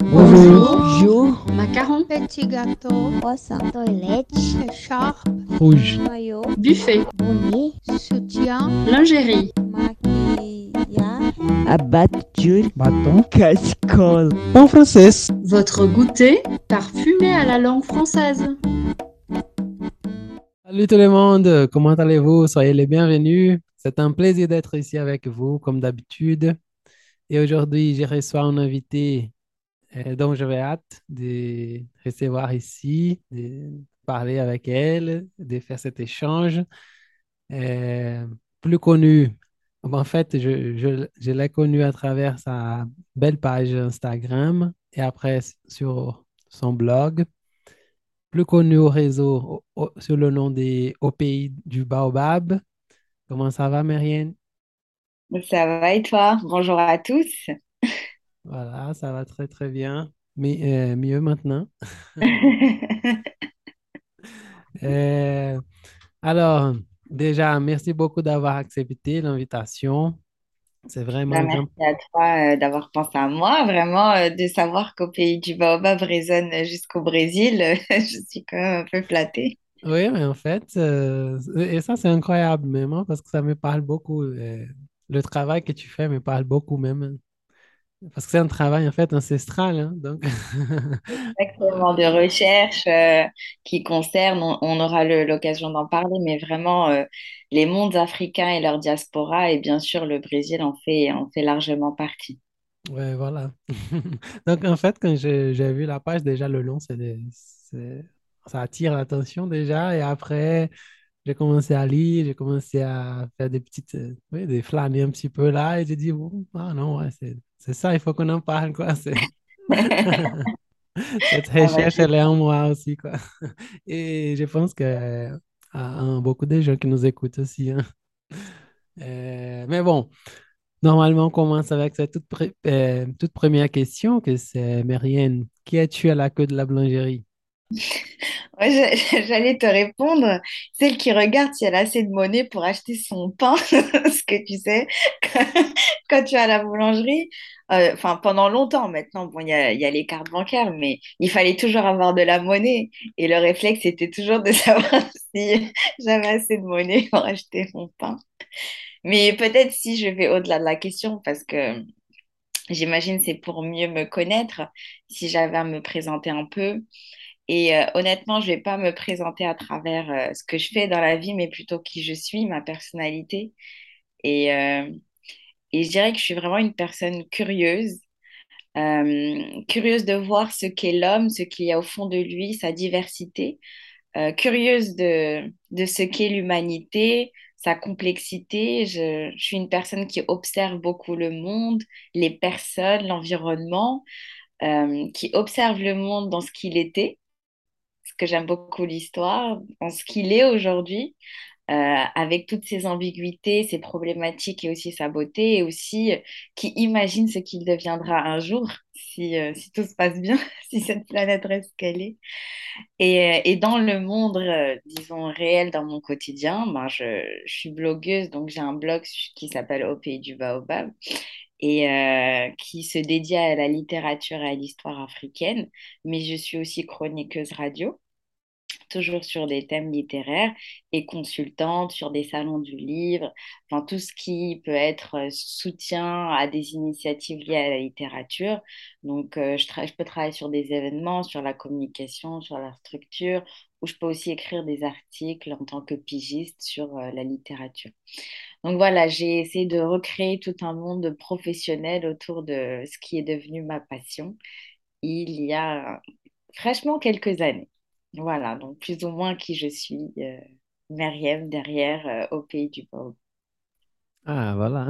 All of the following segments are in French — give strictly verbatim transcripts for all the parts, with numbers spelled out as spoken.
Bonjour. Bonjour, Bonjour. macaron, Petit gâteau, Croissant, toilette, écharpe, Rouge. maillot, buffet, bonnet, soutien, lingerie, maquillage, abattu, Bâton. casserole. En français. votre goûter parfumé à la langue française. Salut tout le monde, comment allez-vous? Soyez les bienvenus. C'est un plaisir d'être ici avec vous, comme d'habitude. Et aujourd'hui, je reçois un invité euh, dont j'avais hâte de recevoir ici, de parler avec elle, de faire cet échange. Euh, Plus connu, en fait, je, je, je l'ai connu à travers sa belle page Instagram et après sur son blog. Plus connu au réseau au- au- sous le nom des Au pays du Baobab. Comment ça va, Marianne? Ça va et toi? Bonjour à tous. Voilà, ça va très très bien. Mais euh, mieux maintenant. Euh, alors, déjà, merci beaucoup d'avoir accepté l'invitation. C'est vraiment Bah, un merci grand... à toi euh, d'avoir pensé à moi. Vraiment, euh, de savoir qu'au pays du baobab résonne jusqu'au Brésil, euh, je suis quand même un peu flattée. Oui, mais en fait, euh, et ça c'est incroyable même, hein, parce que ça me parle beaucoup. Euh, le travail que tu fais me parle beaucoup même. Parce que c'est un travail en fait ancestral, hein, donc... Exactement, de recherche euh, qui concerne, on, on aura le- l'occasion d'en parler, mais vraiment euh, les mondes africains et leur diaspora, et bien sûr le Brésil en fait, en fait largement partie. Ouais, voilà. Donc, en fait, quand j'ai j'ai vu la page, déjà, le long, c'est des- c'est- ça attire l'attention déjà. Et après, j'ai commencé à lire, j'ai commencé à faire des petites, euh, oui, des flâner un petit peu là. Et j'ai dit, bon, ah non, ouais, c'est c'est ça, il faut qu'on en parle, quoi. C'est- Cette Ah bah, recherche, elle est en moi aussi, quoi. Et je pense que euh, à- à beaucoup de gens qui nous écoutent aussi, hein. Euh, mais bon. Normalement, on commence avec cette toute, pré- euh, toute première question, que c'est Marianne, qui es-tu à la queue de la boulangerie? Ouais, je- j'allais te répondre, celle qui regarde si elle a assez de monnaie pour acheter son pain, parce que tu sais, quand, quand tu es à la boulangerie, euh, enfin pendant longtemps maintenant, bon, il y a, il y a les cartes bancaires, mais il fallait toujours avoir de la monnaie, et le réflexe était toujours de savoir si j'avais assez de monnaie pour acheter mon pain. Mais peut-être si je vais au-delà de la question, parce que j'imagine c'est pour mieux me connaître, si j'avais à me présenter un peu. Et euh, honnêtement, je vais pas me présenter à travers euh, ce que je fais dans la vie, mais plutôt qui je suis, ma personnalité. Et, euh, et je dirais que je suis vraiment une personne curieuse, euh, curieuse de voir ce qu'est l'homme, ce qu'il y a au fond de lui, sa diversité, euh, curieuse de, de ce qu'est l'humanité, sa complexité. Je, je suis une personne qui observe beaucoup le monde, les personnes, l'environnement, euh, qui observe le monde dans ce qu'il était parce que j'aime beaucoup l'histoire, en ce qu'il est aujourd'hui, euh, avec toutes ses ambiguïtés, ses problématiques et aussi sa beauté, et aussi euh, qui imagine ce qu'il deviendra un jour, si, euh, si tout se passe bien, si cette planète reste qu'elle est. Et, euh, et dans le monde, euh, disons, réel, dans mon quotidien, ben, je, je suis blogueuse, donc j'ai un blog qui s'appelle Au pays du Baobab et euh, qui se dédie à la littérature et à l'histoire africaine, mais je suis aussi chroniqueuse radio toujours sur des thèmes littéraires et consultante sur des salons du livre, enfin tout ce qui peut être euh, soutien à des initiatives liées à la littérature. Donc, euh, je, tra- je peux travailler sur des événements, sur la communication, sur la structure, ou je peux aussi écrire des articles en tant que pigiste sur euh, la littérature. Donc voilà, j'ai essayé de recréer tout un monde professionnel autour de ce qui est devenu ma passion il y a fraîchement quelques années. Voilà, donc plus ou moins qui je suis, euh, Meriem, derrière euh, au pays du Baobab. Ah, voilà.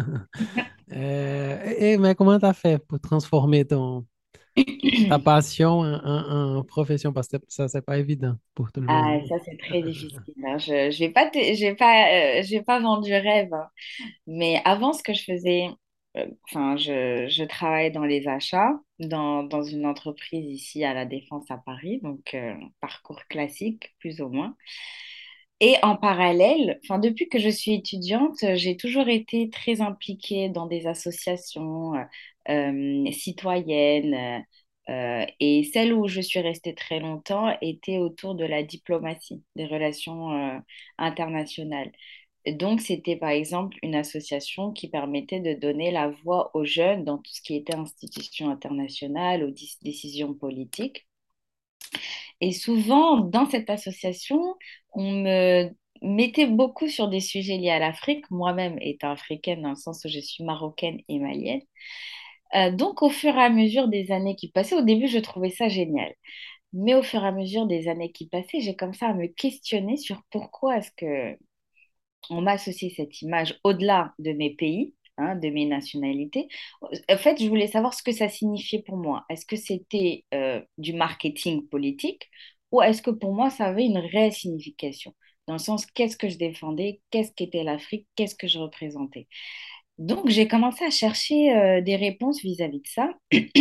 Euh, et, mais comment tu as fait pour transformer ton, ta passion en, en- en profession? Parce que ça, c'est pas évident pour tout le Ah, monde. ça c'est très difficile, hein. Je je vais pas te- je vais pas euh, je vais pas vendre du rêve, hein. Mais avant ce que je faisais, euh, enfin je, je travaillais dans les achats dans, dans une entreprise ici à La Défense à Paris, donc euh, parcours classique plus ou moins. Et en parallèle, enfin, depuis que je suis étudiante, j'ai toujours été très impliquée dans des associations euh, euh, citoyennes. Euh, et celle où je suis restée très longtemps était autour de la diplomatie, des relations euh, internationales. Et donc, c'était par exemple une association qui permettait de donner la voix aux jeunes dans tout ce qui était institutions internationales, aux dis- décisions politiques. Et souvent, dans cette association, on me mettait beaucoup sur des sujets liés à l'Afrique, moi-même étant africaine dans le sens où je suis marocaine et malienne. Euh, donc, au fur et à mesure des années qui passaient, au début, je trouvais ça génial. Mais au fur et à mesure des années qui passaient, j'ai comme ça à me questionner sur pourquoi est-ce que on m'a associé cette image au-delà de mes pays, hein, de mes nationalités. En fait, je voulais savoir ce que ça signifiait pour moi. Est-ce que c'était euh, du marketing politique ou est-ce que pour moi, ça avait une réelle signification? Dans le sens, qu'est-ce que je défendais, qu'est-ce qu'était l'Afrique, qu'est-ce que je représentais. Donc, j'ai commencé à chercher euh, des réponses vis-à-vis de ça.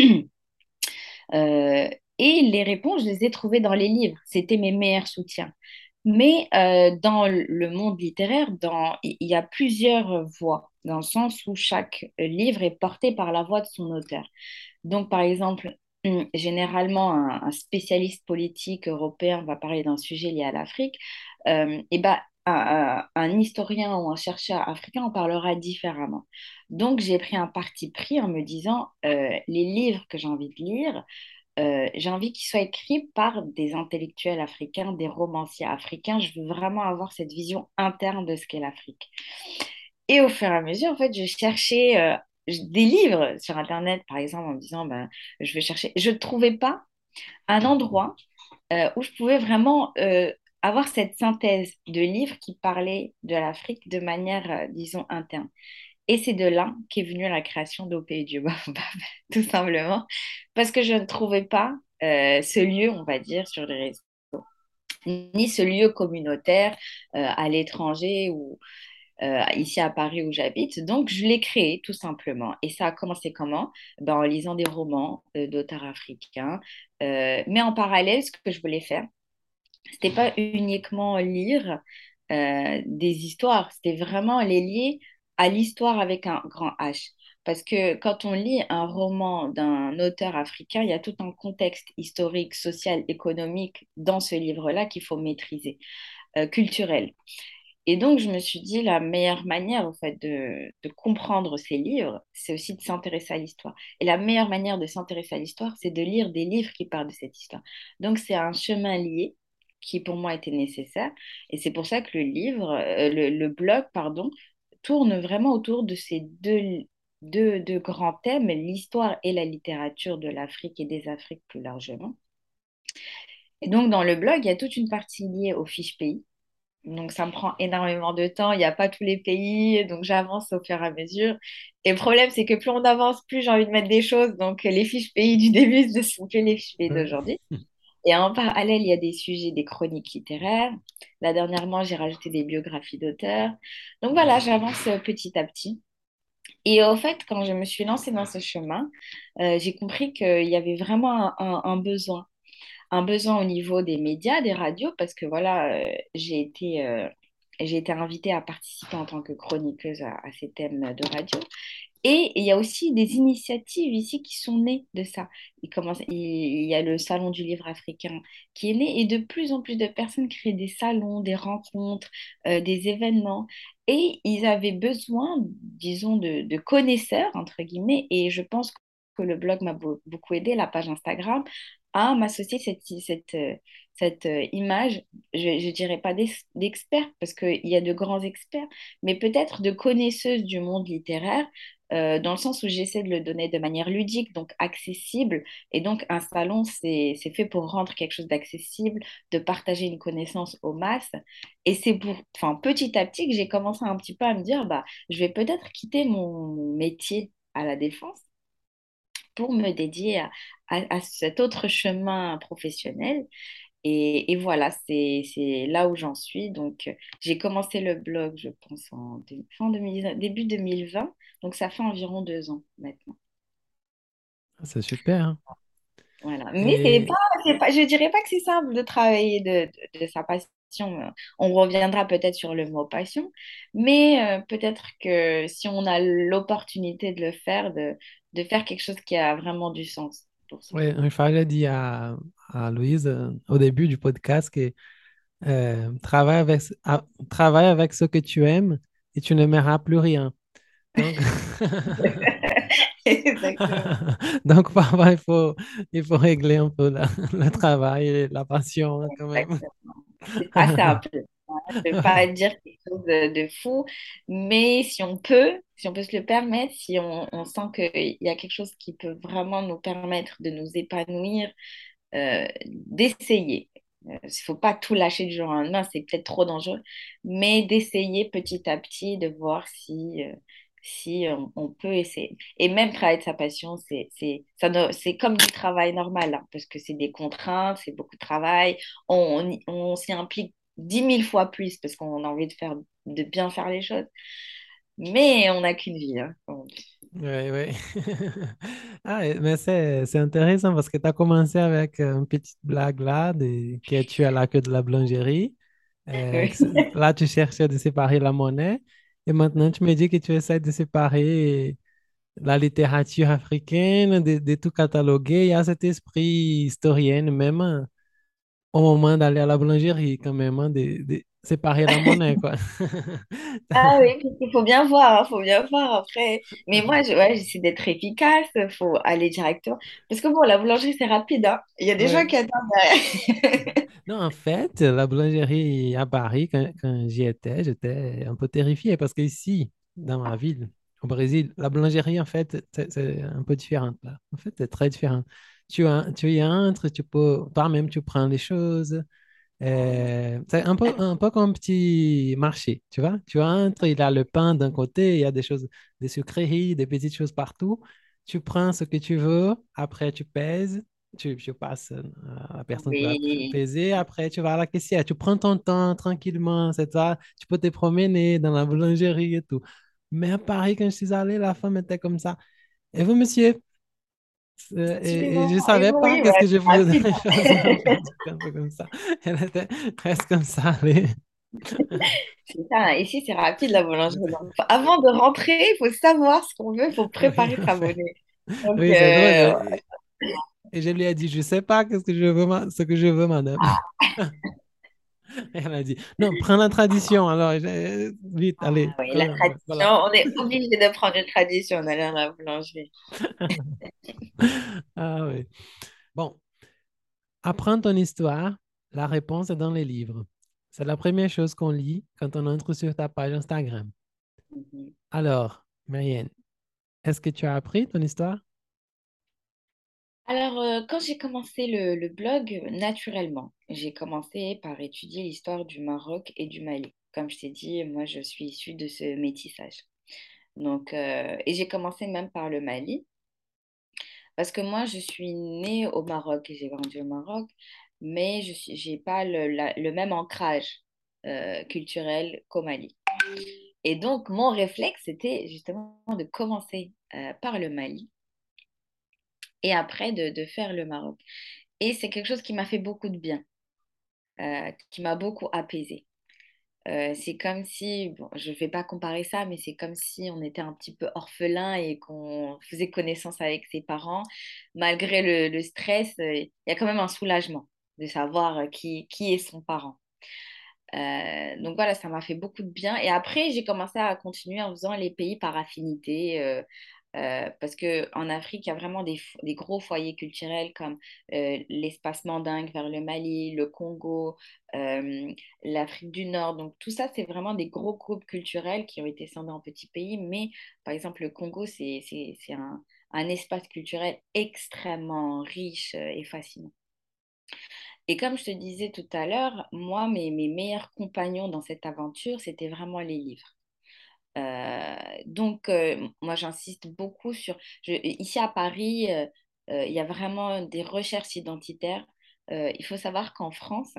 Euh, et les réponses, je les ai trouvées dans les livres. C'était mes meilleurs soutiens. Mais euh, dans le monde littéraire, dans, il y a plusieurs voix, dans le sens où chaque livre est porté par la voix de son auteur. Donc, par exemple, hum, généralement, un, un spécialiste politique européen va parler d'un sujet lié à l'Afrique. Euh, et ben, un, un- un historien ou un chercheur africain en parlera différemment. Donc, j'ai pris un parti pris en me disant, euh, les livres que j'ai envie de lire, euh, j'ai envie qu'ils soient écrits par des intellectuels africains, des romanciers africains. Je veux vraiment avoir cette vision interne de ce qu'est l'Afrique. Et au fur et à mesure, en fait, je cherchais euh, des livres sur Internet, par exemple, en me disant, ben, je vais chercher. Je ne trouvais pas un endroit euh, où je pouvais vraiment euh, avoir cette synthèse de livres qui parlaient de l'Afrique de manière, euh, disons, interne. Et c'est de là qu'est venue la création d'O P du Baobab, tout simplement, parce que je ne trouvais pas euh, ce lieu, on va dire, sur les réseaux, ni ce lieu communautaire euh, à l'étranger ou euh, ici à Paris où j'habite. Donc, je l'ai créé tout simplement. Et ça a commencé comment? Ben, en lisant des romans euh, d'auteurs africains. Euh, mais en parallèle, ce que je voulais faire, c'était pas uniquement lire euh, des histoires, c'était vraiment les lier à l'histoire avec un grand H. Parce que quand on lit un roman d'un auteur africain, il y a tout un contexte historique, social, économique dans ce livre-là qu'il faut maîtriser, euh, culturel. Et donc, je me suis dit, la meilleure manière, en fait, de, de comprendre ces livres, c'est aussi de s'intéresser à l'histoire. Et la meilleure manière de s'intéresser à l'histoire, c'est de lire des livres qui parlent de cette histoire. Donc, c'est un chemin lié qui, pour moi, était nécessaire. Et c'est pour ça que le livre, euh, le, le blog, pardon, tourne vraiment autour de ces deux, deux, deux grands thèmes, l'histoire et la littérature de l'Afrique et des Afriques plus largement. Et donc, dans le blog, il y a toute une partie liée aux fiches pays. Donc, ça me prend énormément de temps. Il n'y a pas tous les pays, donc j'avance au fur et à mesure. Et le problème, c'est que plus on avance, plus j'ai envie de mettre des choses. Donc, les fiches pays du début ne sont plus les fiches pays Ouais. d'aujourd'hui. Et en parallèle, il y a des sujets, des chroniques littéraires. Là, dernièrement, j'ai rajouté des biographies d'auteurs. Donc, voilà, j'avance euh, petit à petit. Et au fait, quand je me suis lancée dans ce chemin, euh, j'ai compris qu'il y avait vraiment un, un- un besoin un besoin au niveau des médias, des radios, parce que voilà, euh, j'ai été, euh, j'ai été invitée à participer en tant que chroniqueuse à, à ces thèmes de radio. Et il y a aussi des initiatives ici qui sont nées de ça. Il commence, il, il y a le Salon du livre africain qui est né et de plus en plus de personnes créent des salons, des rencontres, euh, des événements. Et ils avaient besoin, disons, de, de connaisseurs, entre guillemets, et je pense que le blog m'a beau- beaucoup aidé, la page Instagram, à m'associer cette, cette, euh, cette euh, image, je ne dirais pas d'ex- d'experts, parce qu'il y a de grands experts, mais peut-être de connaisseuses du monde littéraire euh, dans le sens où j'essaie de le donner de manière ludique, donc accessible. Et donc, un salon, c'est, c'est fait pour rendre quelque chose d'accessible, de partager une connaissance aux masses. Et c'est pour, enfin, petit à petit que j'ai commencé un petit peu à me dire, bah, je vais peut-être quitter mon métier à la défense pour me dédier à, à- à cet autre chemin professionnel. Et, et voilà, c'est, c'est là où j'en suis. Donc, euh, j'ai commencé le blog, je pense, en deux- fin deux mille début deux mille vingt. Donc, ça fait environ deux ans maintenant. Ah, c'est super, hein. Voilà. Mais c'est pas, Et c'est pas, je dirais pas que c'est simple de travailler de, de, de sa passion. euh, On reviendra peut-être sur le mot passion, mais euh, peut-être que si on a l'opportunité de le faire, de, de faire quelque chose qui a vraiment du sens pour soi. Oui, une fois, j'ai dit à, à Louise euh, au début du podcast que euh, travaille avec, ce- à- travaille avec ce que tu aimes et tu n'aimeras plus rien. Donc, Exactement. donc parfois, il faut, il faut régler un peu la- le travail et la passion hein, quand même. Exactement. C'est pas simple. Je ne vais pas dire quelque chose de, de fou, mais si on peut, si on peut se le permettre, si on, on sent qu'il y a quelque chose qui peut vraiment nous permettre de nous épanouir, euh, d'essayer. Euh, Il ne faut pas tout lâcher du jour au lendemain, c'est peut-être trop dangereux, mais d'essayer petit à petit, de voir si, euh, si on, on peut essayer. Et même travailler de sa passion, c'est, c'est, ça ne- c'est comme du travail normal, hein, parce que c'est des contraintes, c'est beaucoup de travail, on, on, y- on s'y implique dix mille fois plus parce qu'on a envie de faire, de bien faire les choses, mais on n'a qu'une vie, hein, comme on dit. Oui, oui. Ah, et- mais c'est, c'est intéressant parce que tu as commencé avec euh, une petite blague là, de, que tu as la queue de la boulangerie. Euh, que c'est- Oui. là, tu cherchais de séparer la monnaie. Et maintenant, tu me dis que tu essaies de séparer la littérature africaine, de, de tout cataloguer. Il y a cet esprit historien, même hein, au moment d'aller à la boulangerie, quand même, hein, de, de séparer la monnaie, quoi. Ah oui, puis il faut bien voir, il faut bien voir après. Mais moi, je, ouais, j'essaie d'être efficace, il faut aller directement. Parce que bon, la boulangerie, c'est rapide, hein. Il y a des gens Ouais. qui attendent derrière. Non, en fait, la boulangerie à Paris, quand, quand j'y étais, j'étais un peu terrifié parce qu'ici, dans ma ville, au Brésil, la boulangerie, en fait, c'est c'est un peu différente là. En fait, c'est très différent. Tu, en- tu y entres, tu peux, toi-même, tu prends les choses. euh, c'est un peu, un peu comme un petit marché, tu vois. Tu entres, il y a le pain d'un côté, il y a des choses, des sucreries, des petites choses partout. Tu prends ce que tu veux, après tu pèses tu, tu passes euh, à la personne qui va p- Oui. peser, après tu vas à la caissière, tu prends ton temps tranquillement, c'est ça, tu peux te promener dans la boulangerie et tout. Mais à Paris, quand je suis allé, la femme était comme ça. Et vous, monsieur? Euh, Et, et Suivant. je ne Et savais pas oui, qu'est-ce ouais, que je c'est faisais dans rapide. les choses, en fait, c'était un peu comme ça. Elle était presque comme ça. allez. C'est ça, hein. Ici, c'est rapide, la boulangerie. Donc, faut- avant de rentrer, il faut savoir ce qu'on veut, il faut Oui, préparer en sa fait. monnaie. Donc, Oui, c'est drôle. euh, Et, et je lui ai dit, je ne sais pas qu'est-ce que je veux, ma- ce que je veux, madame. Elle a dit, non, prends la tradition. Alors, j'ai- vite, allez. oui, la euh, tradition, Voilà. on est obligé de prendre une tradition, d'aller à la boulangerie. Ah oui. Bon, apprends ton histoire. La réponse est dans les livres. C'est la première chose qu'on lit quand on entre sur ta page Instagram. Mhm. Alors, Marianne, est-ce que tu as appris ton histoire? Alors, euh, quand j'ai commencé le, le blog, euh, naturellement, j'ai commencé par étudier l'histoire du Maroc et du Mali. Comme je t'ai dit, moi, je suis issue de ce métissage. Donc, euh, et j'ai commencé même par le Mali, parce que moi, je suis née au Maroc et j'ai grandi au Maroc, mais je suis, j'ai pas le, la- le même ancrage euh, culturel qu'au Mali. Et donc, mon réflexe, c'était justement de commencer euh, par le Mali et après de, de faire le Maroc. Et c'est quelque chose qui m'a fait beaucoup de bien, euh, qui m'a beaucoup apaisée. Euh, c'est comme si, bon, je ne vais pas comparer ça, mais c'est comme si on était un petit peu orphelin et qu'on faisait connaissance avec ses parents. Malgré le, le stress, euh, il y a quand même un soulagement de savoir euh, qui, qui est son parent. Euh, donc voilà, ça m'a fait beaucoup de bien. Et après, j'ai commencé à continuer en faisant les pays par affinité. Euh, euh, parce qu'en Afrique, il y a vraiment des, fo- des gros foyers culturels comme euh, l'espace mandingue vers le Mali, le Congo, euh, l'Afrique du Nord. Donc tout ça, c'est vraiment des gros groupes culturels qui ont été scindés en petits pays. Mais par exemple, le Congo, c'est, c'est, c'est un, un espace culturel extrêmement riche euh, et fascinant. Et comme je te disais tout à l'heure, moi, mes, mes meilleurs compagnons dans cette aventure, c'était vraiment les livres. Euh, donc, euh, moi, j'insiste beaucoup sur... je- ici à Paris, euh, euh, il y a vraiment des recherches identitaires. Euh, il faut savoir qu'en France,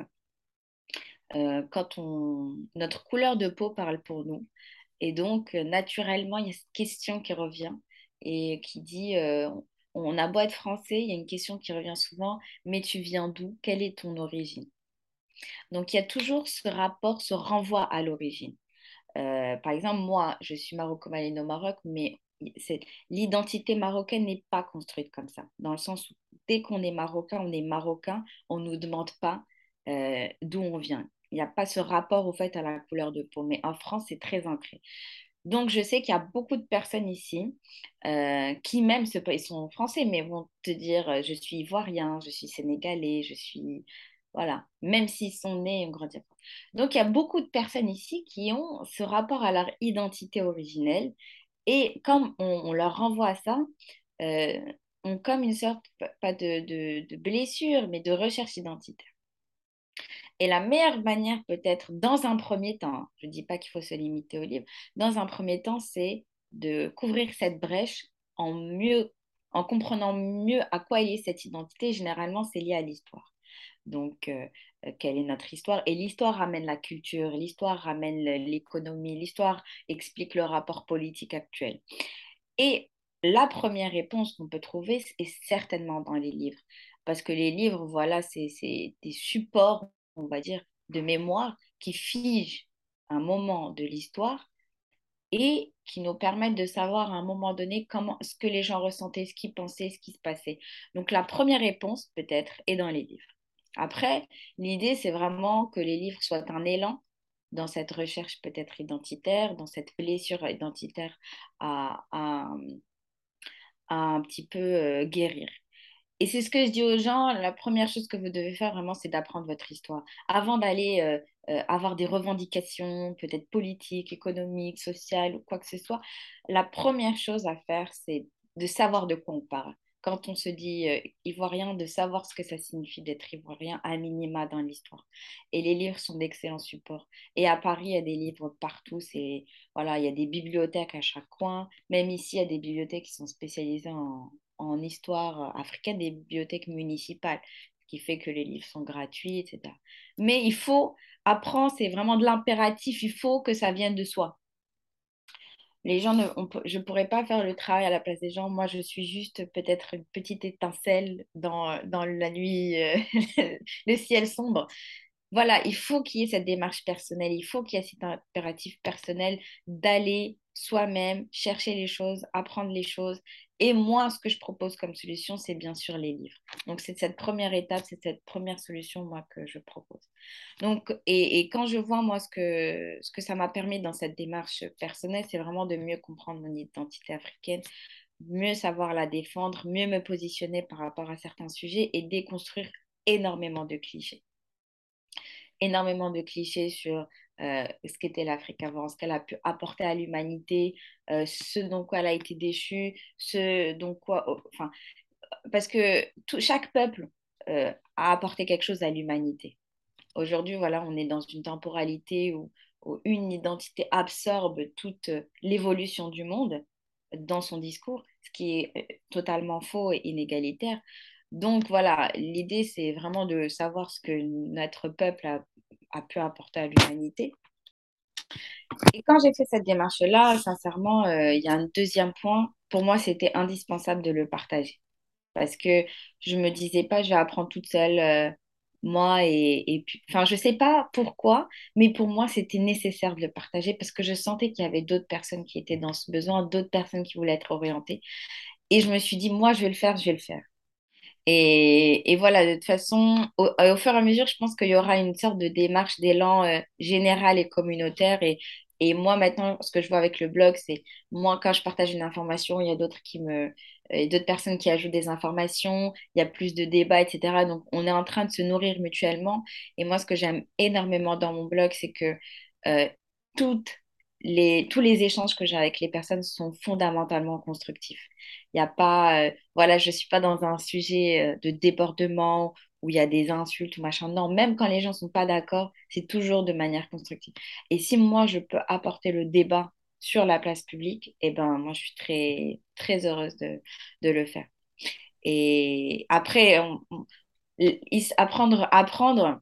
euh, quand on... notre couleur de peau parle pour nous. Et donc, euh, naturellement, il y a cette question qui revient et qui dit, euh, on a beau être français, il y a une question qui revient souvent, mais tu viens d'où? Quelle est ton origine? Donc, il y a toujours ce rapport, ce renvoi à l'origine. Euh, par exemple, moi, je suis maroco-malienne au Maroc, mais c'est- l'identité marocaine n'est pas construite comme ça, dans le sens où dès qu'on est marocain, on est marocain, on ne nous demande pas euh, d'où on vient. Il n'y a pas ce rapport au fait à la couleur de peau, mais en France, c'est très ancré. Donc, je sais qu'il y a beaucoup de personnes ici euh, qui même, se- ils sont français, mais vont te dire, euh, je suis ivoirien, je suis sénégalais, je suis... Voilà, même s'ils sont nés et ont grandi en France. Donc, il y a beaucoup de personnes ici qui ont ce rapport à leur identité originelle. Et quand on, on leur renvoie à ça, euh, ont comme une sorte, pas de, de, de blessure, mais de recherche identitaire. Et la meilleure manière, peut-être, dans un premier temps, hein, je ne dis pas qu'il faut se limiter au livre, dans un premier temps, c'est de couvrir cette brèche en mieux, en comprenant mieux à quoi est liée cette identité. Généralement, c'est lié à l'histoire. Donc, euh, euh, quelle est notre histoire? Et l'histoire ramène la culture, l'histoire ramène le- l'économie, l'histoire explique le rapport politique actuel. Et la première réponse qu'on peut trouver est certainement dans les livres. Parce que les livres, voilà, c'est c'est des supports, on va dire, de mémoire qui figent un moment de l'histoire et qui nous permettent de savoir à un moment donné comment, ce que les gens ressentaient, ce qu'ils pensaient, ce qui se passait. Donc la première réponse, peut-être, est dans les livres. Après, l'idée, c'est vraiment que les livres soient un élan dans cette recherche peut-être identitaire, dans cette blessure identitaire à, à, à un petit peu euh, guérir. Et c'est ce que je dis aux gens, la première chose que vous devez faire vraiment, c'est d'apprendre votre histoire. Avant d'aller euh, euh, avoir des revendications, peut-être politiques, économiques, sociales ou quoi que ce soit, la première chose à faire, c'est de savoir de quoi on parle. Quand on se dit euh, ivoirien, de savoir ce que ça signifie d'être ivoirien à minima dans l'histoire. Et les livres sont d'excellents supports. Et à Paris, il y a des livres partout. C'est, voilà, il y a des bibliothèques à chaque coin. Même ici, il y a des bibliothèques qui sont spécialisées en, en histoire africaine, des bibliothèques municipales, ce qui fait que les livres sont gratuits, et cetera. Mais il faut apprendre, c'est vraiment de l'impératif, il faut que ça vienne de soi. Les gens, ne, on je ne pourrais pas faire le travail à la place des gens. Moi, je suis juste peut-être une petite étincelle dans, dans la nuit, euh, le ciel sombre. Voilà, il faut qu'il y ait cette démarche personnelle, il faut qu'il y ait cet impératif personnel d'aller soi-même chercher les choses, apprendre les choses. Et moi, ce que je propose comme solution, c'est bien sûr les livres. Donc, c'est cette première étape, c'est cette première solution, moi, que je propose. Donc, et, et quand je vois, moi, ce que, ce que ça m'a permis dans cette démarche personnelle, c'est vraiment de mieux comprendre mon identité africaine, mieux savoir la défendre, mieux me positionner par rapport à certains sujets et déconstruire énormément de clichés énormément de clichés sur euh, ce qu'était l'Afrique avant, ce qu'elle a pu apporter à l'humanité, euh, ce dont quoi elle a été déchue, ce dont quoi... oh, enfin, parce que tout, chaque peuple euh, a apporté quelque chose à l'humanité. Aujourd'hui, voilà, on est dans une temporalité où, où une identité absorbe toute euh, l'évolution du monde dans son discours, ce qui est euh, totalement faux et inégalitaire. Donc voilà, l'idée, c'est vraiment de savoir ce que notre peuple a, a pu apporter à l'humanité. Et quand j'ai fait cette démarche-là, sincèrement, euh, il y a un deuxième point. Pour moi, c'était indispensable de le partager parce que je me disais pas, je vais apprendre toute seule, euh, moi, et, et puis, enfin, je sais pas pourquoi, mais pour moi, c'était nécessaire de le partager parce que je sentais qu'il y avait d'autres personnes qui étaient dans ce besoin, d'autres personnes qui voulaient être orientées. Et je me suis dit, moi, je vais le faire, je vais le faire. Et, et voilà, de toute façon, au, au fur et à mesure, je pense qu'il y aura une sorte de démarche d'élan euh, général et communautaire. Et, et moi, maintenant, ce que je vois avec le blog, c'est moi, quand je partage une information, il y a d'autres qui me, euh, d'autres personnes qui ajoutent des informations, il y a plus de débats, et cetera. Donc, on est en train de se nourrir mutuellement. Et moi, ce que j'aime énormément dans mon blog, c'est que euh, toutes les, tous les échanges que j'ai avec les personnes sont fondamentalement constructifs. Il n'y a pas, euh, voilà, je ne suis pas dans un sujet euh, de débordement où il y a des insultes ou machin. Non, même quand les gens ne sont pas d'accord, c'est toujours de manière constructive. Et si moi, je peux apporter le débat sur la place publique, eh ben, moi, je suis très, très heureuse de, de le faire. Et après, on- on- il- apprendre, apprendre,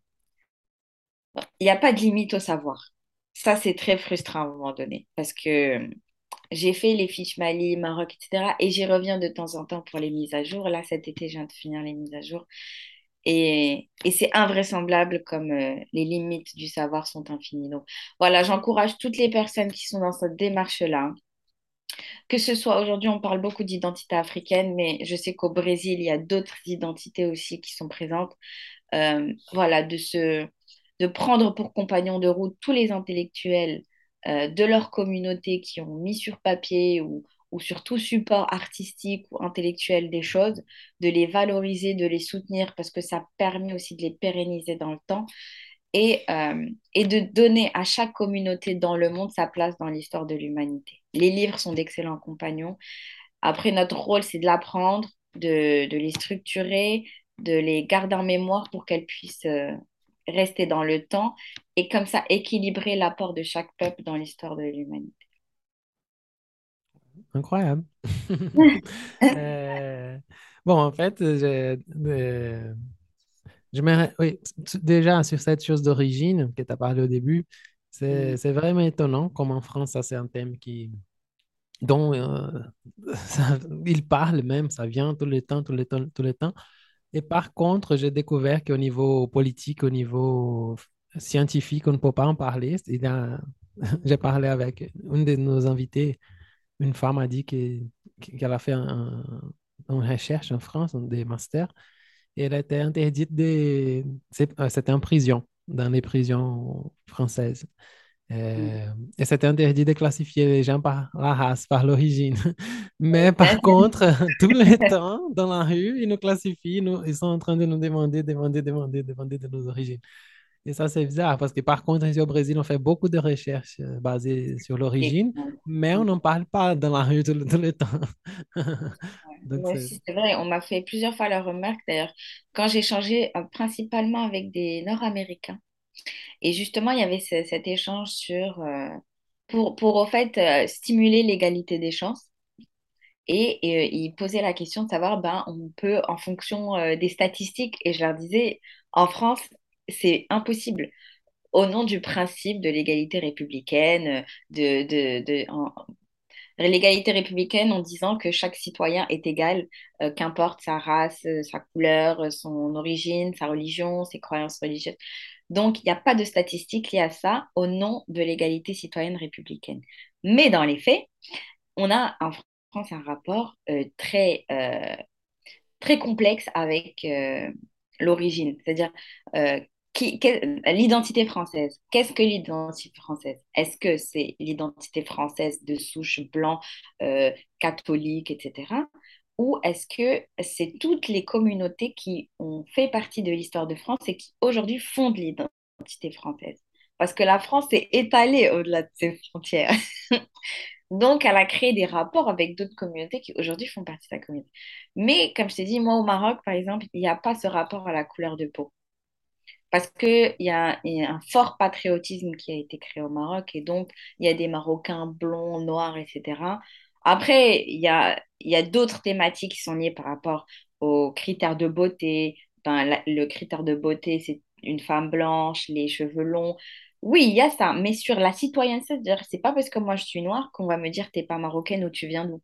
il n'y a pas de limite au savoir. Ça, c'est très frustrant à un moment donné parce que j'ai fait les fiches Mali, Maroc, et cetera. Et j'y reviens de temps en temps pour les mises à jour. Là, cet été, je viens de finir les mises à jour. Et, et c'est invraisemblable comme euh, les limites du savoir sont infinies. Donc voilà, j'encourage toutes les personnes qui sont dans cette démarche-là, que ce soit aujourd'hui, on parle beaucoup d'identité africaine, mais je sais qu'au Brésil, il y a d'autres identités aussi qui sont présentes. Euh, voilà, de se, de prendre pour compagnons de route tous les intellectuels euh, de leur communauté qui ont mis sur papier ou, ou sur tout support artistique ou intellectuel des choses, de les valoriser, de les soutenir parce que ça permet aussi de les pérenniser dans le temps et, euh, et de donner à chaque communauté dans le monde sa place dans l'histoire de l'humanité. Les livres sont d'excellents compagnons. Après, notre rôle, c'est de l'apprendre, de, de les structurer, de les garder en mémoire pour qu'elles puissent euh, rester dans le temps et comme ça équilibrer l'apport de chaque peuple dans l'histoire de l'humanité. Incroyable. Euh, bon, en fait, je, euh, je me- oui, déjà sur cette chose d'origine que tu as parlé au début, c'est, Mm. c'est vraiment étonnant comme en France, ça c'est un thème qui, dont euh, ça- il parle même, ça vient tout le temps, tout le temps, tout le temps. Et par contre, j'ai découvert qu'au niveau politique, au niveau scientifique, on ne peut pas en parler. Il y a- J'ai parlé avec une de nos invités, une femme a dit que- qu'elle a fait un- une recherche en France, des masters, et elle était interdite de... c'est- euh, C'était en prison, dans les prisons françaises. Mm. Euh, et c'était interdit de classifier les gens par la race, par l'origine. Mais Ça, par contre, tous les temps, dans la rue, ils nous classifient, nous, ils sont en train de nous demander, demander, demander, demander de nos origines. Et ça, c'est bizarre parce que par contre, ici au Brésil, on fait beaucoup de recherches euh, basées sur c'est- l'origine, mais on Mm. n'en parle pas dans la rue tout le, tout le temps. Donc, Moi c'est... aussi, c'est vrai, on m'a fait plusieurs fois la remarque d'ailleurs, quand j'ai échangé euh, principalement avec des Nord-Américains. Et justement, il y avait ce- cet échange sur, euh, pour, pour au fait euh, stimuler l'égalité des chances. Et, et, euh, ils posaient la question de savoir, ben, on peut, en fonction euh, des statistiques, et je leur disais, en France, c'est impossible. Au nom du principe de l'égalité républicaine, de, de, de, en- l'égalité républicaine en disant que chaque citoyen est égal, euh, qu'importe sa race, euh, sa couleur, euh, son origine, sa religion, ses croyances religieuses. Donc, il n'y a pas de statistiques liées à ça au nom de l'égalité citoyenne républicaine. Mais dans les faits, on a en France un rapport euh, très, euh, très complexe avec euh, l'origine, c'est-à-dire euh, qui- que- l'identité française. Qu'est-ce que l'identité française? Est-ce que c'est l'identité française de souche blanc, euh, catholique, et cetera. Ou est-ce que c'est toutes les communautés qui ont fait partie de l'histoire de France et qui aujourd'hui fondent l'identité française? Parce que la France est étalée au-delà de ses frontières. Donc, elle a créé des rapports avec d'autres communautés qui aujourd'hui font partie de sa communauté. Mais comme je t'ai dit, moi au Maroc, par exemple, il n'y a pas ce rapport à la couleur de peau. Parce qu'il y a, il y a un fort patriotisme qui a été créé au Maroc et donc il y a des Marocains blonds, noirs, et cetera. Après, il y a, il y a d'autres thématiques qui sont liées par rapport aux critères de beauté. Ben, la- le critère de beauté, c'est une femme blanche, les cheveux longs. Oui, il y a ça, mais sur la citoyenneté, c'est-à-dire, c'est pas parce que moi je suis noire qu'on va me dire t'es pas marocaine ou tu viens d'où.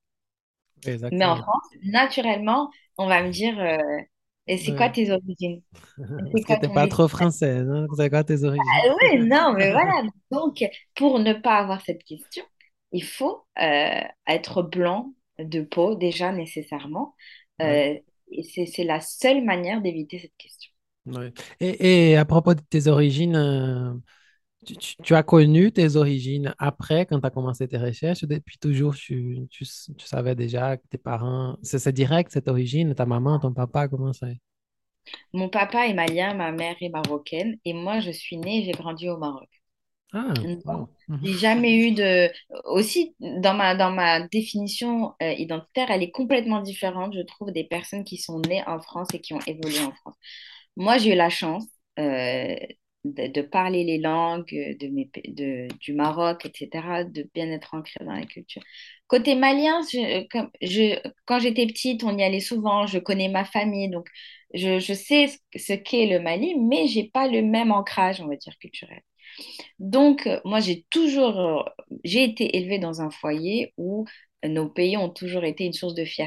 Mais en Exactement. France, naturellement, on va me dire euh, et c'est quoi Ouais. tes origines? Et c'est Parce que quoi t'es ton pas métier? trop française, hein? C'est quoi tes origines? Ah oui, non, mais voilà. Donc, pour ne pas avoir cette question, il faut euh, être blanc de peau déjà nécessairement. Ouais. Euh, et c'est c'est la seule manière d'éviter cette question. Ouais. Et, et à propos de tes origines, euh, tu, tu- tu as connu tes origines après, quand tu as commencé tes recherches, ou depuis toujours, tu, tu, tu savais déjà que tes parents, c'est c'est direct cette origine, ta maman, ton papa, comment ça? Mon papa est malien, ma mère est marocaine, et moi, je suis née et j'ai grandi au Maroc. Ah, Donc, wow. Mhm. j'ai jamais eu de... Aussi, dans ma, dans ma définition euh, identitaire, elle est complètement différente, je trouve, des personnes qui sont nées en France et qui ont évolué en France. Moi, j'ai eu la chance euh, de, de parler les langues de mes, pa- de, du Maroc, et cetera, de bien être ancrée dans la culture. Côté malien, je, comme, je, quand j'étais petite, on y allait souvent, je connais ma famille, donc je, je sais ce, ce qu'est le Mali, mais j'ai pas le même ancrage, on va dire, culturel. Donc, euh, moi, j'ai toujours, euh, j'ai été élevée dans un foyer où nos pays ont toujours été une source de fierté.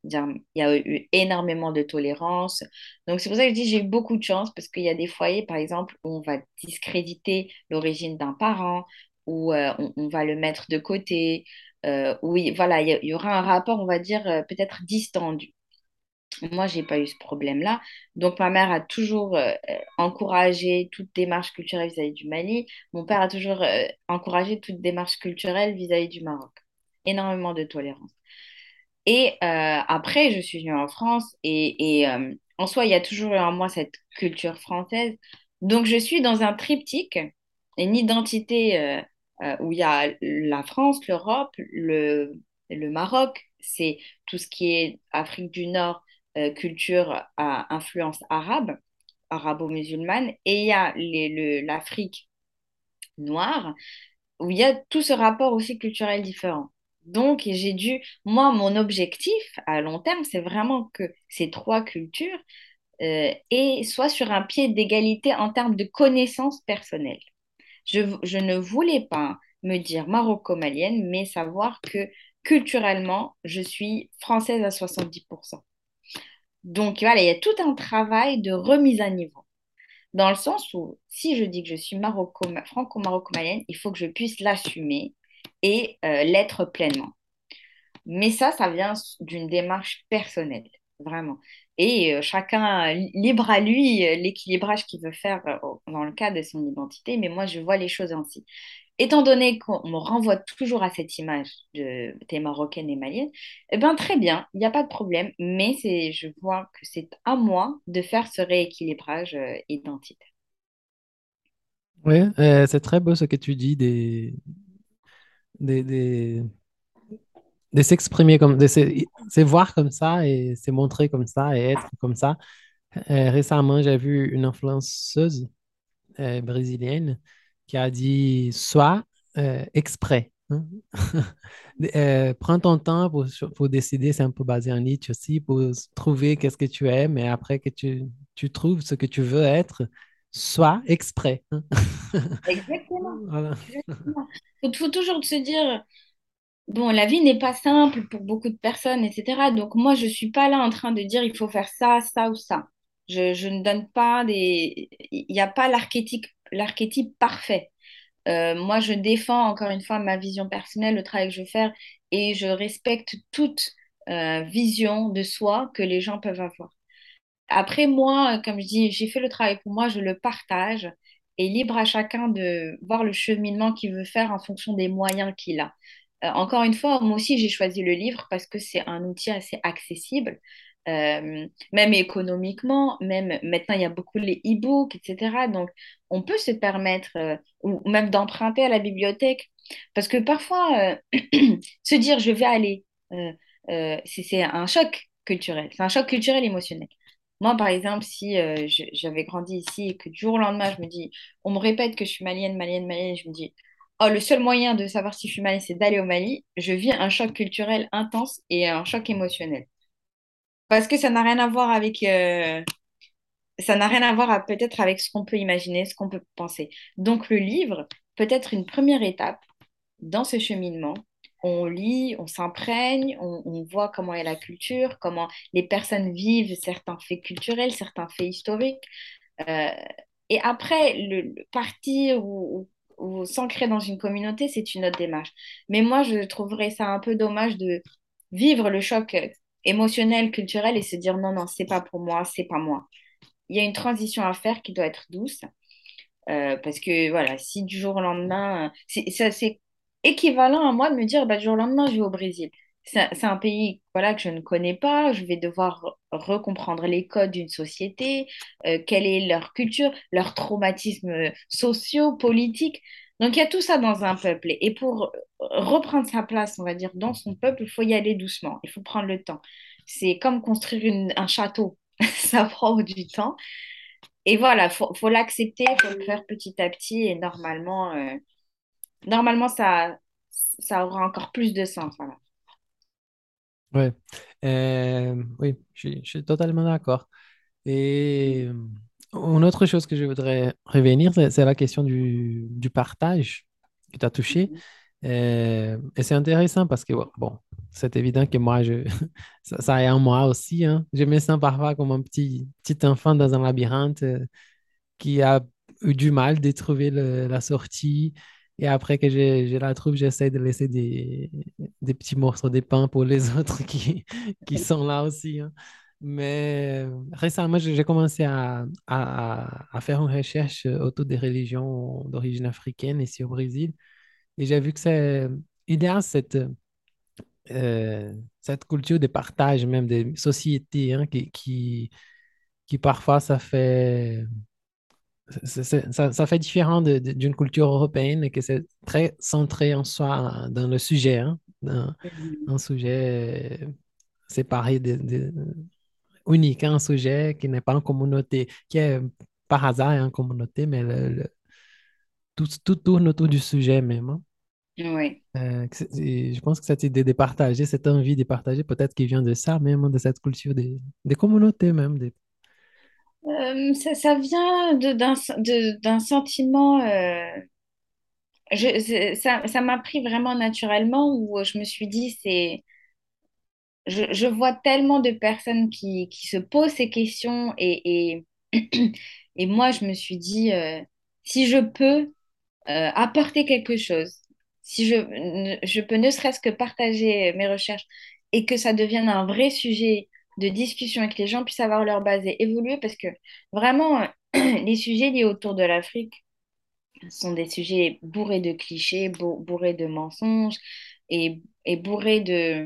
Dire, il y a eu énormément de tolérance. Donc, c'est pour ça que je dis j'ai eu beaucoup de chance parce qu'il y a des foyers, par exemple, où on va discréditer l'origine d'un parent, où euh, on, on va le mettre de côté. Euh, oui, voilà, il y, a- il y aura un rapport, on va dire, euh, peut-être distendu. Moi, j'ai pas eu ce problème-là. Donc, ma mère a toujours euh, euh, encouragé toute démarche culturelle vis-à-vis du Mali. Mon père a toujours euh, encouragé toute démarche culturelle vis-à-vis du Maroc. Énormément de tolérance. Et euh, après, je suis venue en France et, et, euh, en soi, il y a toujours eu en moi cette culture française. Donc, je suis dans un triptyque, une identité euh, euh, où il y a la France, l'Europe, le, le Maroc, c'est tout ce qui est Afrique du Nord, euh, culture à influence arabe, arabo-musulmane, et il y a les- le- l'Afrique noire où il y a tout ce rapport aussi culturel différent. Donc, j'ai dû, moi, mon objectif à long terme, c'est vraiment que ces trois cultures euh, aient- soient sur un pied d'égalité en termes de connaissances personnelles. Je, je ne voulais pas me dire maroco-malienne, mais savoir que culturellement, je suis française à soixante-dix pour cent. Donc, voilà, il y a tout un travail de remise à niveau. Dans le sens où, si je dis que je suis maroco, franco-maroco-malienne, il faut que je puisse l'assumer et euh, l'être pleinement. Mais ça, ça vient d'une démarche personnelle, vraiment. Et euh, chacun, libre à lui, euh, l'équilibrage qu'il veut faire euh, dans le cadre de son identité, mais moi, je vois les choses ainsi. Étant donné qu'on me renvoie toujours à cette image de t'es marocaine et malienne, eh ben très bien, il n'y a pas de problème, mais c'est, je vois que c'est à moi de faire ce rééquilibrage euh, identitaire. Oui, euh, c'est très beau ce que tu dis des, des, des- de s'exprimer comme, de se, se voir comme ça et se montrer comme ça et être comme ça. Euh, récemment, j'ai vu une influenceuse euh, brésilienne qui a dit sois euh, exprès. Hein. Euh, prends ton temps pour, pour décider, c'est un peu basé en Nietzsche aussi, pour trouver qu'est-ce que tu aimes et après que tu, tu trouves ce que tu veux être, sois exprès. Hein. Exactement. Voilà. Exactement. Il faut toujours se dire, bon, la vie n'est pas simple pour beaucoup de personnes, et cetera. Donc moi, je ne suis pas là en train de dire il faut faire ça, ça ou ça. Je, je ne donne pas des... Il n'y a pas l'archétype, l'archétype parfait. Euh, moi, je défends encore une fois ma vision personnelle, le travail que je veux faire, et je respecte toute euh, vision de soi que les gens peuvent avoir. Après, moi, comme je dis, j'ai fait le travail pour moi, je le partage, et libre à chacun de voir le cheminement qu'il veut faire en fonction des moyens qu'il a. Euh, encore une fois, moi aussi, j'ai choisi le livre parce que c'est un outil assez accessible, euh, même économiquement, même maintenant, il y a beaucoup les e-books, et cetera. Donc, on peut se permettre, euh, ou même d'emprunter à la bibliothèque, parce que parfois, euh, se dire, je vais aller, euh, euh, c'est c'est un choc culturel, c'est un choc culturel émotionnel. Moi, par exemple, si euh, je- j'avais grandi ici et que du jour au lendemain, je me dis, on me répète que je suis malienne, malienne, malienne, je me dis, oh, le seul moyen de savoir si je suis malienne, c'est d'aller au Mali, je vis un choc culturel intense et un choc émotionnel. Parce que ça n'a rien à voir avec, euh, ça n'a rien à voir à- peut-être avec ce qu'on peut imaginer, ce qu'on peut penser. Donc, le livre peut être une première étape dans ce cheminement. On lit, on s'imprègne, on, on voit comment est la culture, comment les personnes vivent certains faits culturels, certains faits historiques. Euh, et après, le, le partir ou, ou, ou s'ancrer dans une communauté, c'est une autre démarche. Mais moi, je trouverais ça un peu dommage de vivre le choc émotionnel, culturel et se dire non, non, c'est pas pour moi, c'est pas moi. Il y a une transition à faire qui doit être douce. Euh, parce que voilà, si du jour au lendemain, c'est ça, c'est équivalent à moi de me dire bah, du jour au lendemain, je vais au Brésil. C'est c'est un pays voilà, que je ne connais pas, je vais devoir recomprendre les codes d'une société, euh, quelle est leur culture, leurs traumatismes sociaux, politiques. Donc il y a tout ça dans un peuple. Et pour reprendre sa place, on va dire, dans son peuple, il faut y aller doucement, il faut prendre le temps. C'est comme construire une- un château, ça prend du temps. Et voilà, faut, faut l'accepter, faut le faire petit à petit et normalement, euh, normalement ça, ça aura encore plus de sens. Voilà. Ouais. Euh, oui, je suis, je suis totalement d'accord. Et euh, une autre chose que je voudrais revenir, c'est c'est la question du, du partage que tu as touché. Euh, et c'est intéressant parce que, bon, bon, c'est évident que moi, je, ça, ça est en moi aussi, hein. Je me sens parfois comme un petit, petit enfant dans un labyrinthe euh, qui a eu du mal de trouver le- la sortie. Et après que je, je la trouve, j'essaie de laisser des, des petits morceaux de pain pour les autres qui, qui sont là aussi, hein. Mais euh, récemment, j'ai j'ai commencé à, à, à faire une recherche autour des religions d'origine africaine ici au Brésil. Et j'ai vu que c'est, il y a cette, euh, cette culture de partage même des sociétés hein, qui, qui, qui parfois ça fait, c'est- c'est- ça, ça fait différent de- de- d'une culture européenne et que c'est très centré en soi dans le sujet, hein, dans- un sujet euh, séparé, de, de- unique, hein, un sujet qui n'est pas en communauté, qui est par hasard en communauté, mais le- le- tout, tout tourne autour du sujet même, hein. Oui. Euh, que c'est- et je pense que cette idée de partager, cette envie de partager, peut-être qu'il vient de ça même, de cette culture des, des communautés même. Des... Euh, ça, ça vient de- d'un de- d'un sentiment, euh, je, c'est- ça, ça m'a pris vraiment naturellement où je me suis dit, c'est, je, je vois tellement de personnes qui, qui se posent ces questions et, et, et moi, je me suis dit, euh, si je peux euh, apporter quelque chose, si je, ne- je peux ne serait-ce que partager mes recherches et que ça devienne un vrai sujet de discussion et que les gens puissent avoir leur base et évoluer, parce que vraiment, les sujets liés autour de l'Afrique sont des sujets bourrés de clichés, bour- bourrés de mensonges et, et bourrés de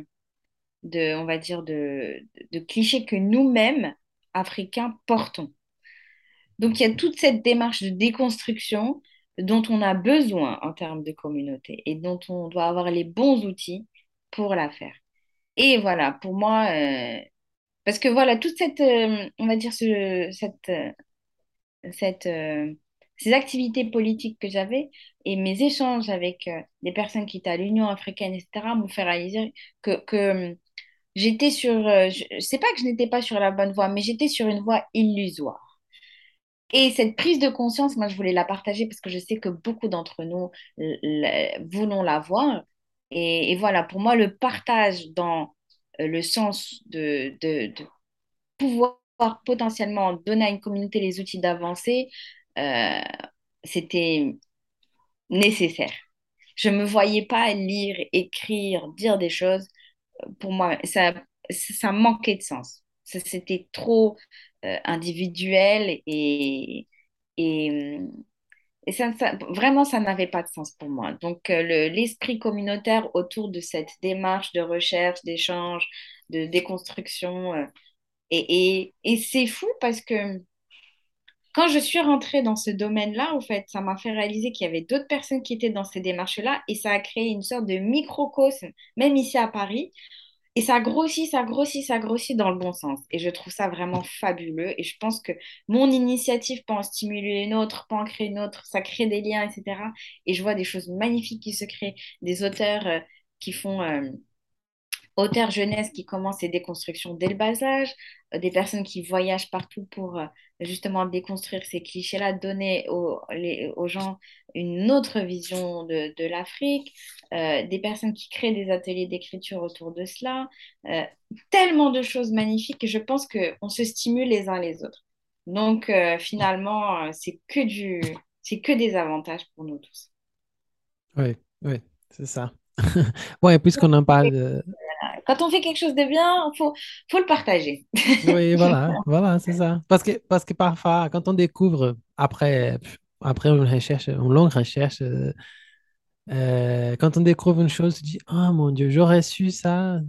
de, on va dire, de, de clichés que nous-mêmes, Africains, portons. Donc, il y a toute cette démarche de déconstruction dont on a besoin en termes de communauté et dont on doit avoir les bons outils pour la faire. Et voilà, pour moi, euh, parce que voilà, toute cette, euh, on va dire, ce, cette, euh, cette, euh, ces activités politiques que j'avais et mes échanges avec euh, des personnes qui étaient à l'Union africaine, et cetera, m'ont fait réaliser que, que j'étais sur, euh, je je sais pas que je n'étais pas sur la bonne voie, mais j'étais sur une voie illusoire. Et cette prise de conscience, moi, je voulais la partager parce que je sais que beaucoup d'entre nous l- l- voulons la voir. Et, et voilà, pour moi, le partage dans euh, le sens de, de, de pouvoir potentiellement donner à une communauté les outils d'avancer, euh, c'était nécessaire. Je me voyais pas lire, écrire, dire des choses pour moi, ça, ça manquait de sens. Ça, C'était trop euh, individuel et, et, et ça, ça- vraiment, ça n'avait pas de sens pour moi. Donc, euh, le- l'esprit communautaire autour de cette démarche de recherche, d'échange, de déconstruction, euh, et, et, et c'est fou parce que quand je suis rentrée dans ce domaine-là, en fait, ça m'a fait réaliser qu'il y avait d'autres personnes qui étaient dans ces démarches-là et ça a créé une sorte de microcosme, même ici à Paris, et ça grossit, ça grossit, ça grossit dans le bon sens. Et je trouve ça vraiment fabuleux. Et je pense que mon initiative peut en stimuler une autre, peut en créer une autre, ça crée des liens, et cetera. Et je vois des choses magnifiques qui se créent, des auteurs euh, qui font, euh, auteur jeunesse qui commence ses déconstructions dès le bas âge, euh, des personnes qui voyagent partout pour euh, justement déconstruire ces clichés-là, donner aux, les- aux gens une autre vision de, de l'Afrique, euh, des personnes qui créent des ateliers d'écriture autour de cela, euh, tellement de choses magnifiques que je pense qu'on se stimule les uns les autres. Donc euh, finalement, euh, c'est que du, c'est que des avantages pour nous tous. Oui, oui, c'est ça. Ouais, puisqu'on en parle de... Quand on fait quelque chose de bien, faut, faut le partager. Oui, voilà, voilà, c'est ça. Parce que, parce que parfois, quand on découvre, après, après une recherche, une longue recherche, euh, euh, quand on découvre une chose, on se dit, oh mon Dieu, j'aurais su ça.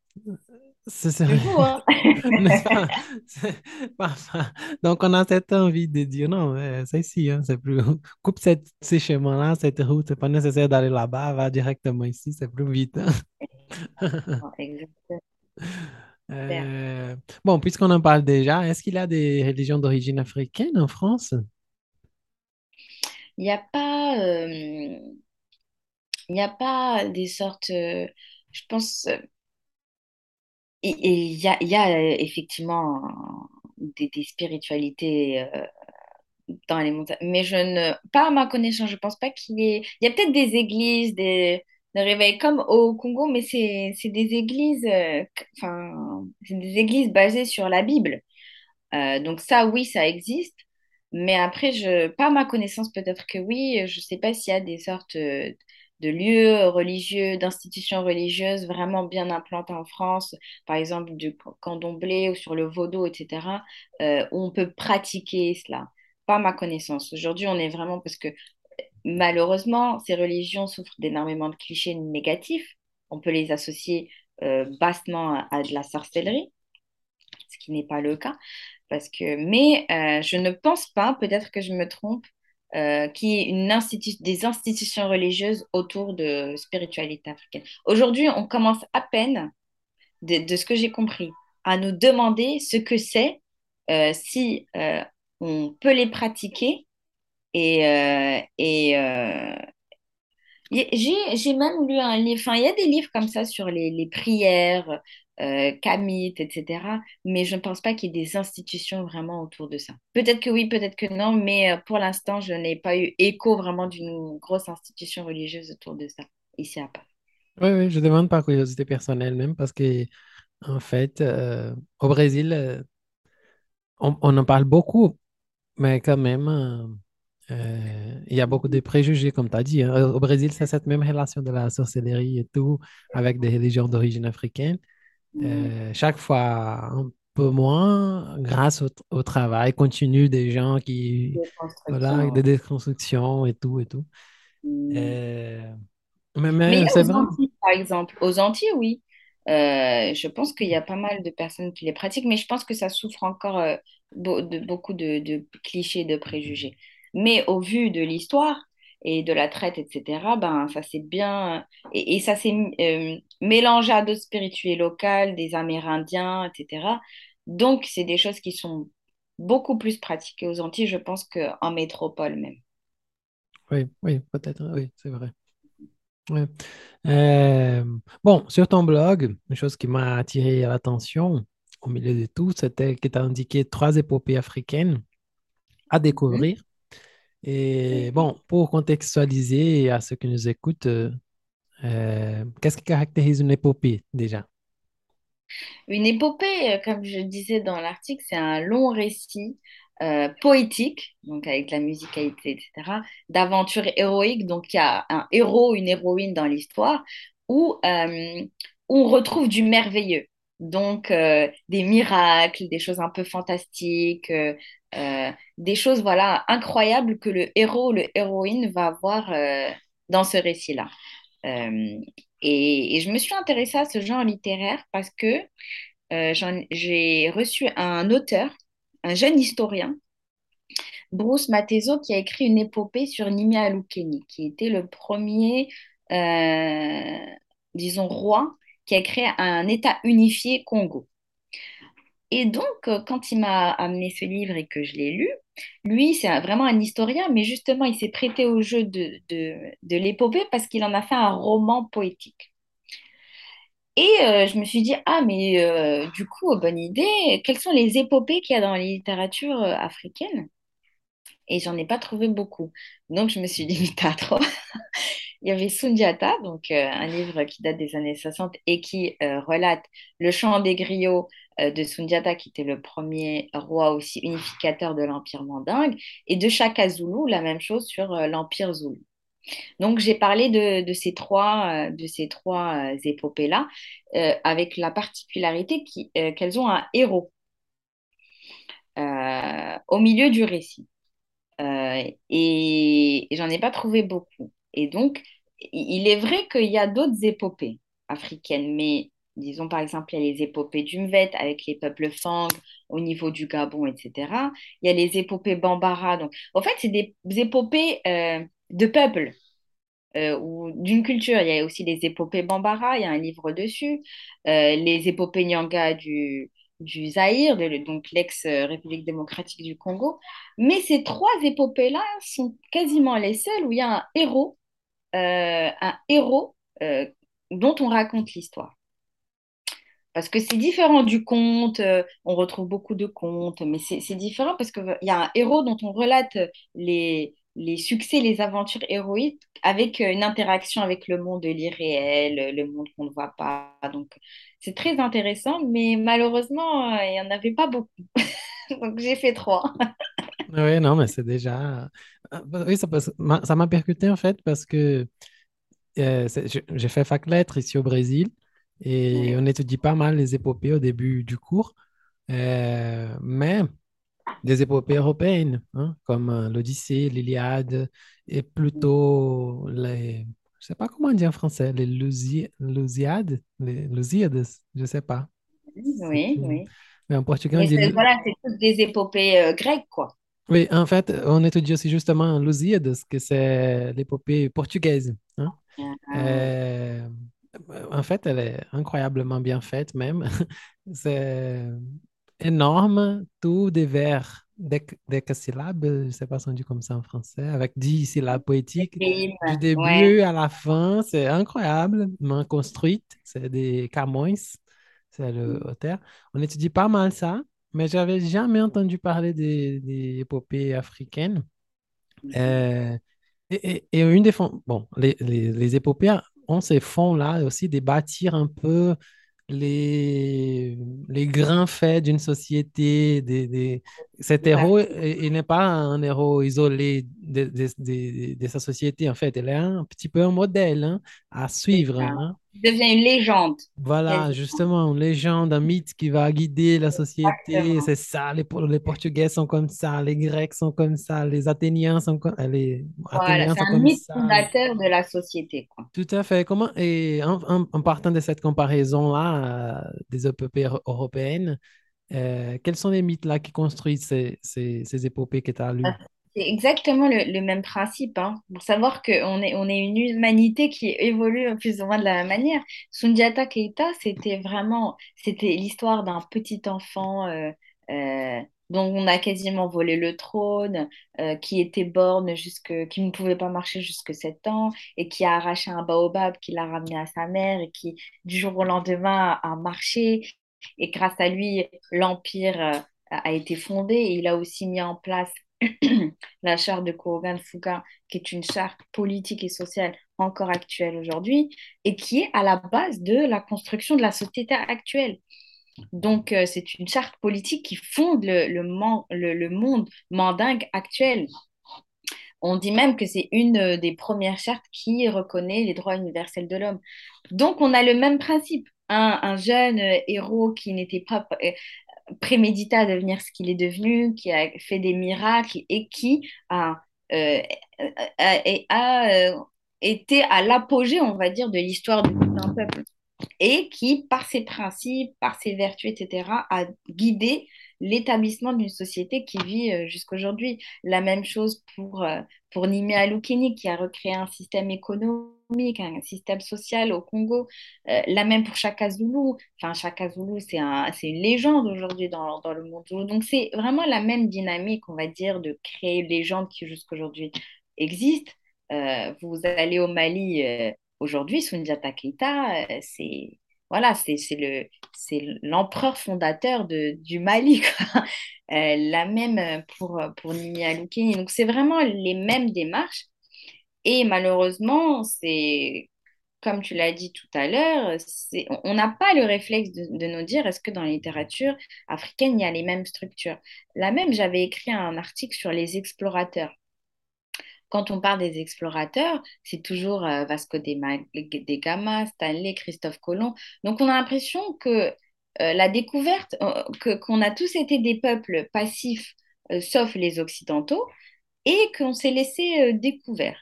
Ce serait... Du coup, hein. N'est-ce pas? C'est- parfois. Donc, on a cette envie de dire, non, euh, c'est ici, hein, c'est plus... Coupe cette, ces chemins-là, cette route, c'est pas nécessaire d'aller là-bas, va directement ici, c'est plus vite, hein. Exactement. Euh, bon, puisqu'on en parle déjà, est-ce qu'il y a des religions d'origine africaine en France? Il n'y a pas, euh, il n'y a pas des sortes, euh, je pense, euh, et et il y a, il y a euh, effectivement euh, des, des spiritualités euh, dans les montagnes, mais je ne, pas à ma connaissance, je pense pas qu'il y ait, il y a peut-être des églises, des, Le réveil comme au Congo, mais c'est c'est des églises, euh, c- enfin, c'est des églises basées sur la Bible. Euh, donc ça, oui, ça existe. Mais après, je, pas à ma connaissance, peut-être que oui. Je ne sais pas s'il y a des sortes euh, de lieux religieux, d'institutions religieuses vraiment bien implantées en France, par exemple du candomblé ou sur le Vaudo, et cetera, euh, où on peut pratiquer cela. Pas à ma connaissance. Aujourd'hui, on est vraiment, parce que malheureusement, ces religions souffrent d'énormément de clichés négatifs. On peut les associer euh, bastement à, à de la sorcellerie, ce qui n'est pas le cas. Parce que, mais euh, je ne pense pas, peut-être que je me trompe, euh, qu'il y ait une institu- des institutions religieuses autour de spiritualité africaine. Aujourd'hui, on commence à peine, de, de ce que j'ai compris, à nous demander ce que c'est, euh, si euh, on peut les pratiquer. Et, euh, et, euh, y- J'ai, j'ai même lu un livre, enfin, il y a des livres comme ça sur les, les prières, euh, kamites, et cetera. Mais je ne pense pas qu'il y ait des institutions vraiment autour de ça. Peut-être que oui, peut-être que non, mais euh, pour l'instant, je n'ai pas eu écho vraiment d'une grosse institution religieuse autour de ça, ici à Paris. Oui, oui, je demande par curiosité personnelle même parce que, en fait, euh, au Brésil, euh, on, on en parle beaucoup, mais quand même, euh, euh, il y a beaucoup de préjugés, comme tu as dit, hein. Au Brésil, c'est cette même relation de la sorcellerie et tout, avec des religions d'origine africaine. Mm. Euh, chaque fois un peu moins, grâce au, au travail continu des gens qui, De voilà, avec construction. des déconstructions et tout et tout. Mm. Euh, mais, Mais il y mais a c'est aux vrai. Antilles, par exemple. Aux Antilles, oui. Euh, je pense qu'il y a pas mal de personnes qui les pratiquent, mais je pense que ça souffre encore euh, beau- de beaucoup de, de clichés, de préjugés. Mais au vu de l'histoire et de la traite, et cetera, ben, ça s'est bien... Et, et ça s'est euh, mélangé à d'autres spirituels locales, des Amérindiens, et cetera. Donc, c'est des choses qui sont beaucoup plus pratiquées aux Antilles, je pense, qu'en métropole même. Oui, oui, peut-être, oui, c'est vrai. Ouais. Euh, bon, sur ton blog, une chose qui m'a attiré l'attention au milieu de tout, c'était que tu as indiqué trois épopées africaines à Mhm. découvrir. Et bon, pour contextualiser à ceux qui nous écoutent, euh, euh, qu'est-ce qui caractérise une épopée déjà? Une épopée, euh, comme je disais dans l'article, c'est un long récit euh, poétique, donc avec la musicalité, et cetera, d'aventure héroïque. Donc il y a un héros, une héroïne dans l'histoire, où, euh, où on retrouve du merveilleux. Donc euh, des miracles, des choses un peu fantastiques, euh, euh, des choses voilà incroyables que le héros ou le héroïne va voir euh, dans ce récit-là. Euh, et, et je me suis intéressée à ce genre littéraire parce que euh, j'en- j'ai reçu un auteur, un jeune historien, Bruce Mateso, qui a écrit une épopée sur Nimia Aloukeni, qui était le premier, euh, disons, roi qui a créé un État unifié Congo. Et donc, euh, quand il m'a amené ce livre et que je l'ai lu, lui, c'est un- vraiment un historien, mais justement, il s'est prêté au jeu de, de, de l'épopée parce qu'il en a fait un roman poétique. Et euh, je me suis dit, ah, mais euh, du coup, bonne idée, quelles sont les épopées qu'il y a dans la littérature euh, africaine? Et j'en ai pas trouvé beaucoup. Donc, je me suis limitée à trois. Il y avait Sundiata, donc euh, un livre qui date des années soixante et qui euh, relate le chant des griots euh, de Sundiata, qui était le premier roi aussi unificateur de l'Empire mandingue, et de Shaka Zulu, la même chose sur euh, l'Empire Zoulou. Donc, j'ai parlé de, de ces trois, euh, de ces trois euh, épopées-là, euh, avec la particularité qui- euh, qu'elles ont un héros euh, au milieu du récit. Euh, et et j'en ai pas trouvé beaucoup. Et donc, i- il est vrai qu'il y a d'autres épopées africaines, mais disons par exemple, il y a les épopées du Mvet avec les peuples Fang au niveau du Gabon, et cetera. Il y a les épopées Bambara. Donc, en fait, c'est des épopées euh, de peuples euh, ou d'une culture. Il y a aussi les épopées Bambara, il y a un livre dessus. Euh, les épopées Nyanga du, du Zaïre, de- donc l'ex-République démocratique du Congo. Mais ces trois épopées-là sont quasiment les seules où il y a un héros, euh, un héros euh, dont on raconte l'histoire. Parce que c'est différent du conte, euh, on retrouve beaucoup de contes, mais c'est c'est différent parce qu'il y a un héros dont on relate les, les succès, les aventures héroïques avec euh, une interaction avec le monde de l'irréel, euh, le monde qu'on ne voit pas. Donc, c'est très intéressant, mais malheureusement, euh, il n'y en avait pas beaucoup. Donc, j'ai fait trois. Oui, non, mais c'est déjà. Ah, bah oui, ça passe- m'a- ça m'a percuté en fait parce que euh, c'est- je- j'ai fait fac lettres ici au Brésil et Ouais. on étudie pas mal les épopées au début du cours, euh, mais des épopées européennes, hein, comme euh, l'Odyssée, l'Iliade et plutôt les. Je sais pas comment on dit en français, les Lusi- Lusíades, les Lusíades, je sais pas. C'est Oui, une- oui. Mais en portugais, on Mais dit. c'est- voilà, c'est toutes des épopées euh, grecques, quoi. Oui, en fait, on étudie aussi justement Lusíadas, que c'est l'épopée portugaise, hein. Ah, Euh, En fait, elle est incroyablement bien faite même. C'est énorme, tout des vers déc- décasyllabes, je ne sais pas si on dit comme ça en français, avec dix syllabes poétiques film, du ouais. début à la fin. C'est incroyablement construite. C'est des Camões, c'est le auteur. On étudie pas mal ça, mais j'avais jamais entendu parler des, des épopées africaines. Mhm. Euh, et, et- et une des fonds, bon, les, les, les épopées ont ces fonds-là aussi de bâtir un peu les, les grands faits d'une société. Des, des- Cet héros, Exact. il il n'est pas un héros isolé de, de, de- de sa société, en fait. Il est un petit peu un modèle, hein, à C'est suivre, ça. hein. Il devient une légende, Voilà, quasiment. justement, une légende, un mythe qui va guider la société. Exactement. C'est ça, les, Por- les Portugais sont comme ça, les Grecs sont comme ça, les Athéniens sont comme, euh, les Voilà, Athéniens c'est sont un comme mythe ça. fondateur de la société, quoi. Tout à fait. Comment, et en, en- en partant de cette comparaison-là, euh, des épopées euro- européennes, euh, quels sont les mythes là qui construisent ces, ces, ces épopées que tu as lues? C'est exactement le, le même principe, hein. Pour savoir qu'on est, on est une humanité qui évolue plus ou moins de la même manière. Sundiata Keita, c'était vraiment, c'était l'histoire d'un petit enfant euh, euh, dont on a quasiment volé le trône, euh, qui était borgne jusque, qui ne pouvait pas marcher jusque sept ans, et qui a arraché un baobab, qui l'a ramené à sa mère, et qui du jour au lendemain a marché. Et grâce à lui, l'empire euh, a a été fondé, et il a aussi mis en place la charte de Kogan-Fuga, qui est une charte politique et sociale encore actuelle aujourd'hui, et qui est à la base de la construction de la société actuelle. Donc, euh, c'est une charte politique qui fonde le, le, man- le- le monde mandingue actuel. On dit même que c'est une euh, des premières chartes qui reconnaît les droits universels de l'homme. Donc, on a le même principe. Un, un jeune euh, héros qui n'était pas euh, prémédité à devenir ce qu'il est devenu, qui a fait des miracles et qui a, euh, a, a- a, euh, été à l'apogée, on va dire, de l'histoire de tout un peuple et qui, par ses principes, par ses vertus, et cetera, a guidé l'établissement d'une société qui vit euh, jusqu'aujourd'hui. La même chose pour, euh, pour Nimé Aloukeni, qui a recréé un système économique, un système social au Congo. Euh, la même pour Shaka Zulu. Enfin, Shaka Zulu, c'est un, c'est une légende aujourd'hui dans, dans le monde Zoulou. Donc, c'est vraiment la même dynamique, on va dire, de créer une légende qui jusqu'aujourd'hui existe. Euh, vous allez au Mali, euh, aujourd'hui, Soundiata Keita, euh, c'est voilà, c'est c'est le c'est l'empereur fondateur de, du Mali, quoi. Euh, la même euh, pour pour Nimi Aloukeni. Donc c'est vraiment les mêmes démarches et malheureusement, c'est comme tu l'as dit tout à l'heure, c'est on on n'a pas le réflexe de, de nous dire est-ce que dans la littérature africaine, il y a les mêmes structures. Là même, j'avais écrit un article sur les explorateurs. Quand on parle des explorateurs, c'est toujours euh, Vasco de Ma- de Gama, Stanley, Christophe Colomb. Donc on a l'impression que euh, la découverte, euh, que, qu'on a tous été des peuples passifs, euh, sauf les Occidentaux, et qu'on s'est laissé euh, découvert.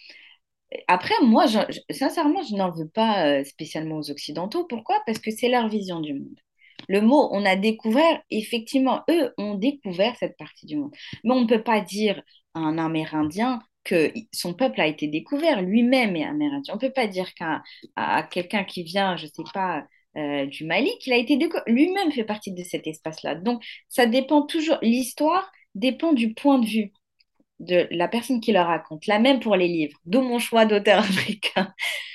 Après, moi, je- je- sincèrement, je n'en veux pas euh, spécialement aux Occidentaux. Pourquoi? Parce que c'est leur vision du monde. Le mot on a découvert, effectivement, eux ont découvert cette partie du monde. Mais on ne peut pas dire à un Amérindien que son peuple a été découvert, lui-même est amérindien. On ne peut pas dire qu'à à quelqu'un qui vient, je ne sais pas, euh, du Mali, qu'il a été découvert. Lui-même fait partie de cet espace-là. Donc, ça dépend toujours, l'histoire dépend du point de vue de la personne qui le raconte. La même pour les livres, d'où mon choix d'auteur africain.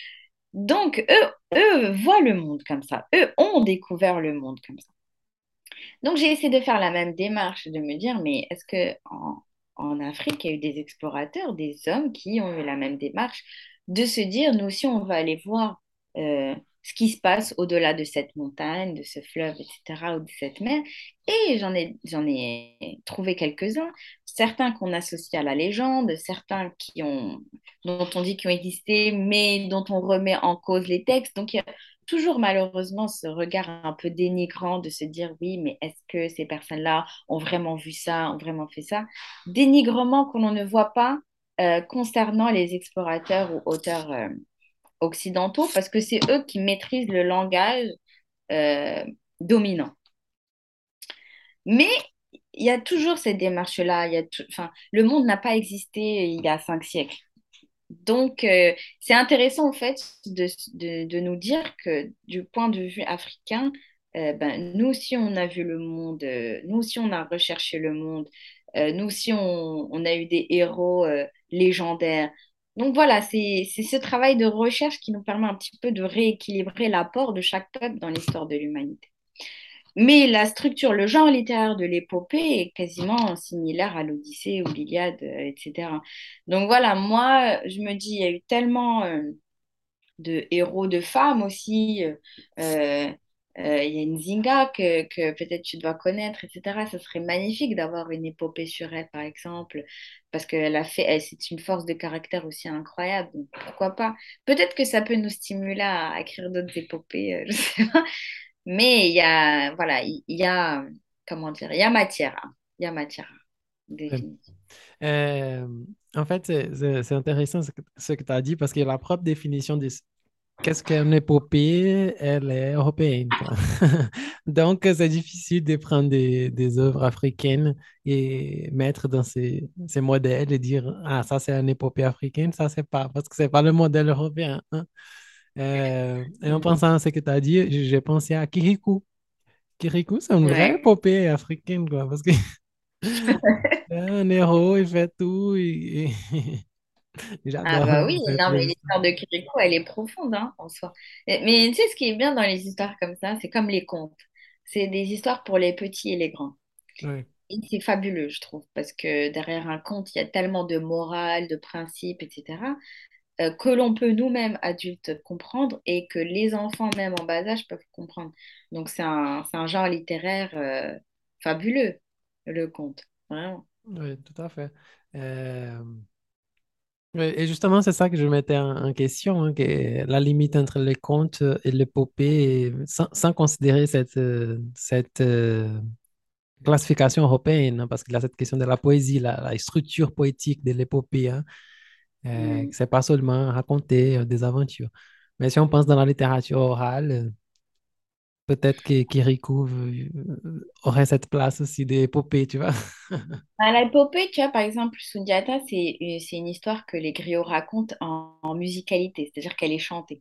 Donc, eux, eux voient le monde comme ça. Eux ont découvert le monde comme ça. Donc, j'ai essayé de faire la même démarche, de me dire, mais est-ce que en, en Afrique, il y a eu des explorateurs, des hommes qui ont eu la même démarche de se dire, nous aussi, on va aller voir euh, ce qui se passe au-delà de cette montagne, de ce fleuve, et cetera, ou de cette mer. Et j'en ai, j'en ai trouvé quelques-uns, certains qu'on associe à la légende, certains qui ont, dont on dit qu'ils ont existé, mais dont on remet en cause les textes. Donc, il y a toujours malheureusement ce regard un peu dénigrant de se dire, oui, mais est-ce que ces personnes-là ont vraiment vu ça, ont vraiment fait ça? Dénigrement que l'on ne voit pas euh, concernant les explorateurs ou auteurs euh, occidentaux, parce que c'est eux qui maîtrisent le langage euh, dominant. Mais il y a toujours cette démarche-là. Il y a tou- enfin, le monde n'a pas existé il y a cinq siècles. Donc, euh, c'est intéressant en fait de, de, de nous dire que du point de vue africain, euh, ben, nous aussi on a vu le monde, euh, nous aussi on a recherché le monde, euh, nous aussi on, on a eu des héros euh, légendaires. Donc voilà, c'est, c'est ce travail de recherche qui nous permet un petit peu de rééquilibrer l'apport de chaque peuple dans l'histoire de l'humanité. Mais la structure, le genre littéraire de l'épopée est quasiment similaire à l'Odyssée ou l'Iliade, euh, et cetera. Donc voilà, moi, je me dis, il y a eu tellement euh, de héros de femmes aussi. euh, euh, euh, il y a une Zinga que, que peut-être tu dois connaître, et cetera. Ce serait magnifique d'avoir une épopée sur elle, par exemple, parce qu'elle a fait, elle, c'est une force de caractère aussi incroyable. Donc pourquoi pas? Peut-être que ça peut nous stimuler à, à écrire d'autres épopées, euh, je sais pas. Mais il y a, voilà, il il y a, comment dire, il y a matière, hein. Il y a matière, Ouais. définitivement. Euh, En fait, c'est c'est- c'est intéressant ce que, ce que tu as dit parce que la propre définition de qu'est-ce qu'une épopée, elle est européenne, quoi. Donc, c'est difficile de prendre des, des œuvres africaines et mettre dans ces, ces modèles et dire, ah, ça, c'est une épopée africaine, ça, c'est pas, parce que c'est pas le modèle européen, hein. Euh, et en pensant à ce que tu as dit, j'ai j'ai pensé à Kirikou. Kirikou, c'est une vraie Ouais. épopée africaine, quoi, parce que c'est un héros, il fait tout, et- et- Ah j'adore bah oui, cette non, mais histoire. l'histoire de Kirikou, elle est profonde, hein, en soi. Mais, mais tu sais, ce qui est bien dans les histoires comme ça, c'est comme les contes. C'est des histoires pour les petits et les grands. Ouais, Et c'est fabuleux, je trouve, parce que derrière un conte, il y a tellement de morale, de principes, et cetera, euh, que l'on peut nous-mêmes, adultes, comprendre et que les enfants, même en bas âge, peuvent comprendre. Donc c'est un, c'est un genre littéraire euh, fabuleux, le conte, vraiment. ouais, tout à fait. Euh, ouais, et justement, c'est ça que je mettais en, en question, hein, que la limite entre les contes et l'épopée, et sans, sans considérer cette, euh, cette euh, classification européenne, hein, parce qu'il y a cette question de la poésie, la, la structure poétique de l'épopée, hein, euh, Mm. c'est pas seulement raconter euh, des aventures. Mais si on pense dans la littérature orale, euh, peut-être que Kirikou euh, aurait cette place aussi d'épopée, tu vois. À l'épopée, tu vois, par exemple, Sundiata, c'est une, c'est une histoire que les griots racontent en, en musicalité, c'est-à-dire qu'elle est chantée.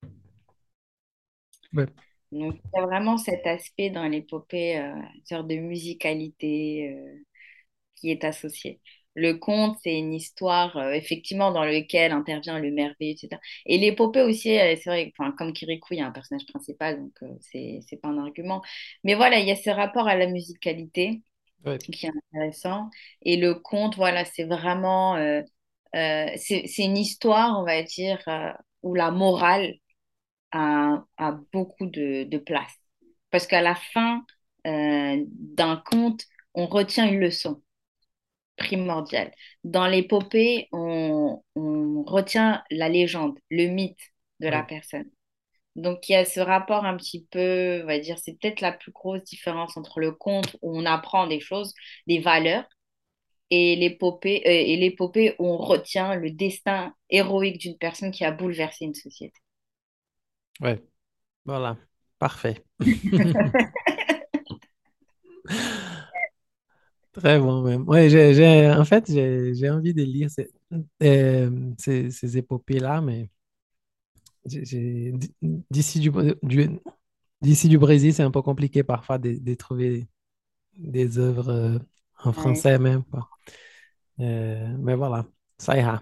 Ouais, Donc, il y a vraiment cet aspect dans l'épopée, euh, une sorte de musicalité euh, qui est associée. Le conte, c'est une histoire, euh, effectivement, dans laquelle intervient le merveilleux, et cetera. Et l'épopée aussi, euh, c'est vrai, enfin, comme Kirikou, il y a un personnage principal, donc euh, c'est, c'est pas un argument. Mais voilà, il y a ce rapport à la musicalité ouais, qui est intéressant. Et le conte, voilà, c'est vraiment, euh, euh, c'est, c'est une histoire, on va dire, euh, où la morale a, a beaucoup de, de place. Parce qu'à la fin euh, d'un conte, on retient une leçon primordiale. Dans l'épopée, on, on retient la légende, le mythe de la ouais. personne. Donc, il y a ce rapport un petit peu, on va dire, c'est peut-être la plus grosse différence entre le conte où on apprend des choses, des valeurs, et l'épopée, euh, et l'épopée où on retient le destin héroïque d'une personne qui a bouleversé une société. Ouais. Voilà, parfait. Très bon même. Ouais, j'ai, j'ai- en fait, j'ai, j'ai envie de lire ces, euh, ces, ces épopées-là, mais j'ai- j'ai- d'ici du, du- d'ici du Brésil, c'est un peu compliqué parfois de, de trouver des œuvres euh, en Ouais. français même, quoi. Euh, mais voilà, ça ira.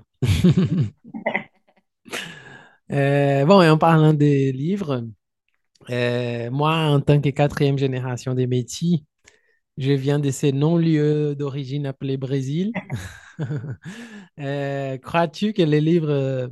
Euh, bon, et en parlant des livres, euh, moi, en tant que quatrième génération des métis, Je viens de ces non-lieux d'origine appelés Brésil. Euh, crois-tu que les livres euh,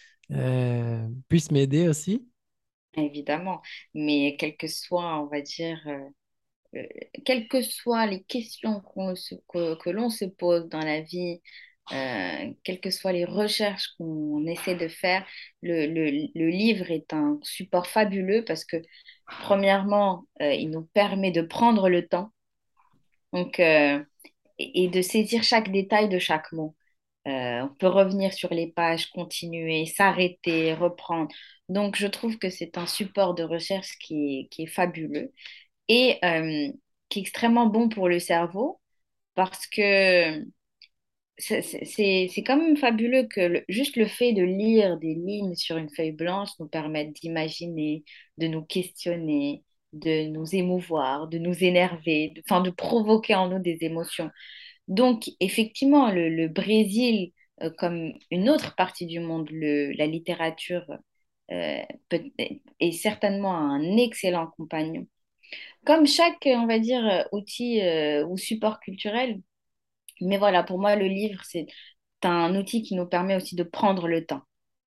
euh, puissent m'aider aussi? Évidemment. Mais quel que soit, on va dire, euh, euh, quelles que soient les questions qu'on se- que, que l'on se pose dans la vie, euh, quelles que soient les recherches qu'on essaie de faire, le, le- le livre est un support fabuleux parce que, premièrement, euh, il nous permet de prendre le temps donc, euh, et, et de saisir chaque détail de chaque mot. Euh, on peut revenir sur les pages, continuer, s'arrêter, reprendre. Donc, je trouve que c'est un support de recherche qui est, qui est fabuleux et euh, qui est extrêmement bon pour le cerveau parce que c'est c'est- c'est- c'est quand même fabuleux que le- juste le fait de lire des lignes sur une feuille blanche nous permette d'imaginer, de nous questionner, de nous émouvoir, de nous énerver, de, enfin, de provoquer en nous des émotions. Donc, effectivement, le, le Brésil, euh, comme une autre partie du monde, le- la littérature euh, peut- est certainement un excellent compagnon. Comme chaque, on va dire, euh, outil euh, ou support culturel, mais voilà, pour moi, le livre, c'est un outil qui nous permet aussi de prendre le temps.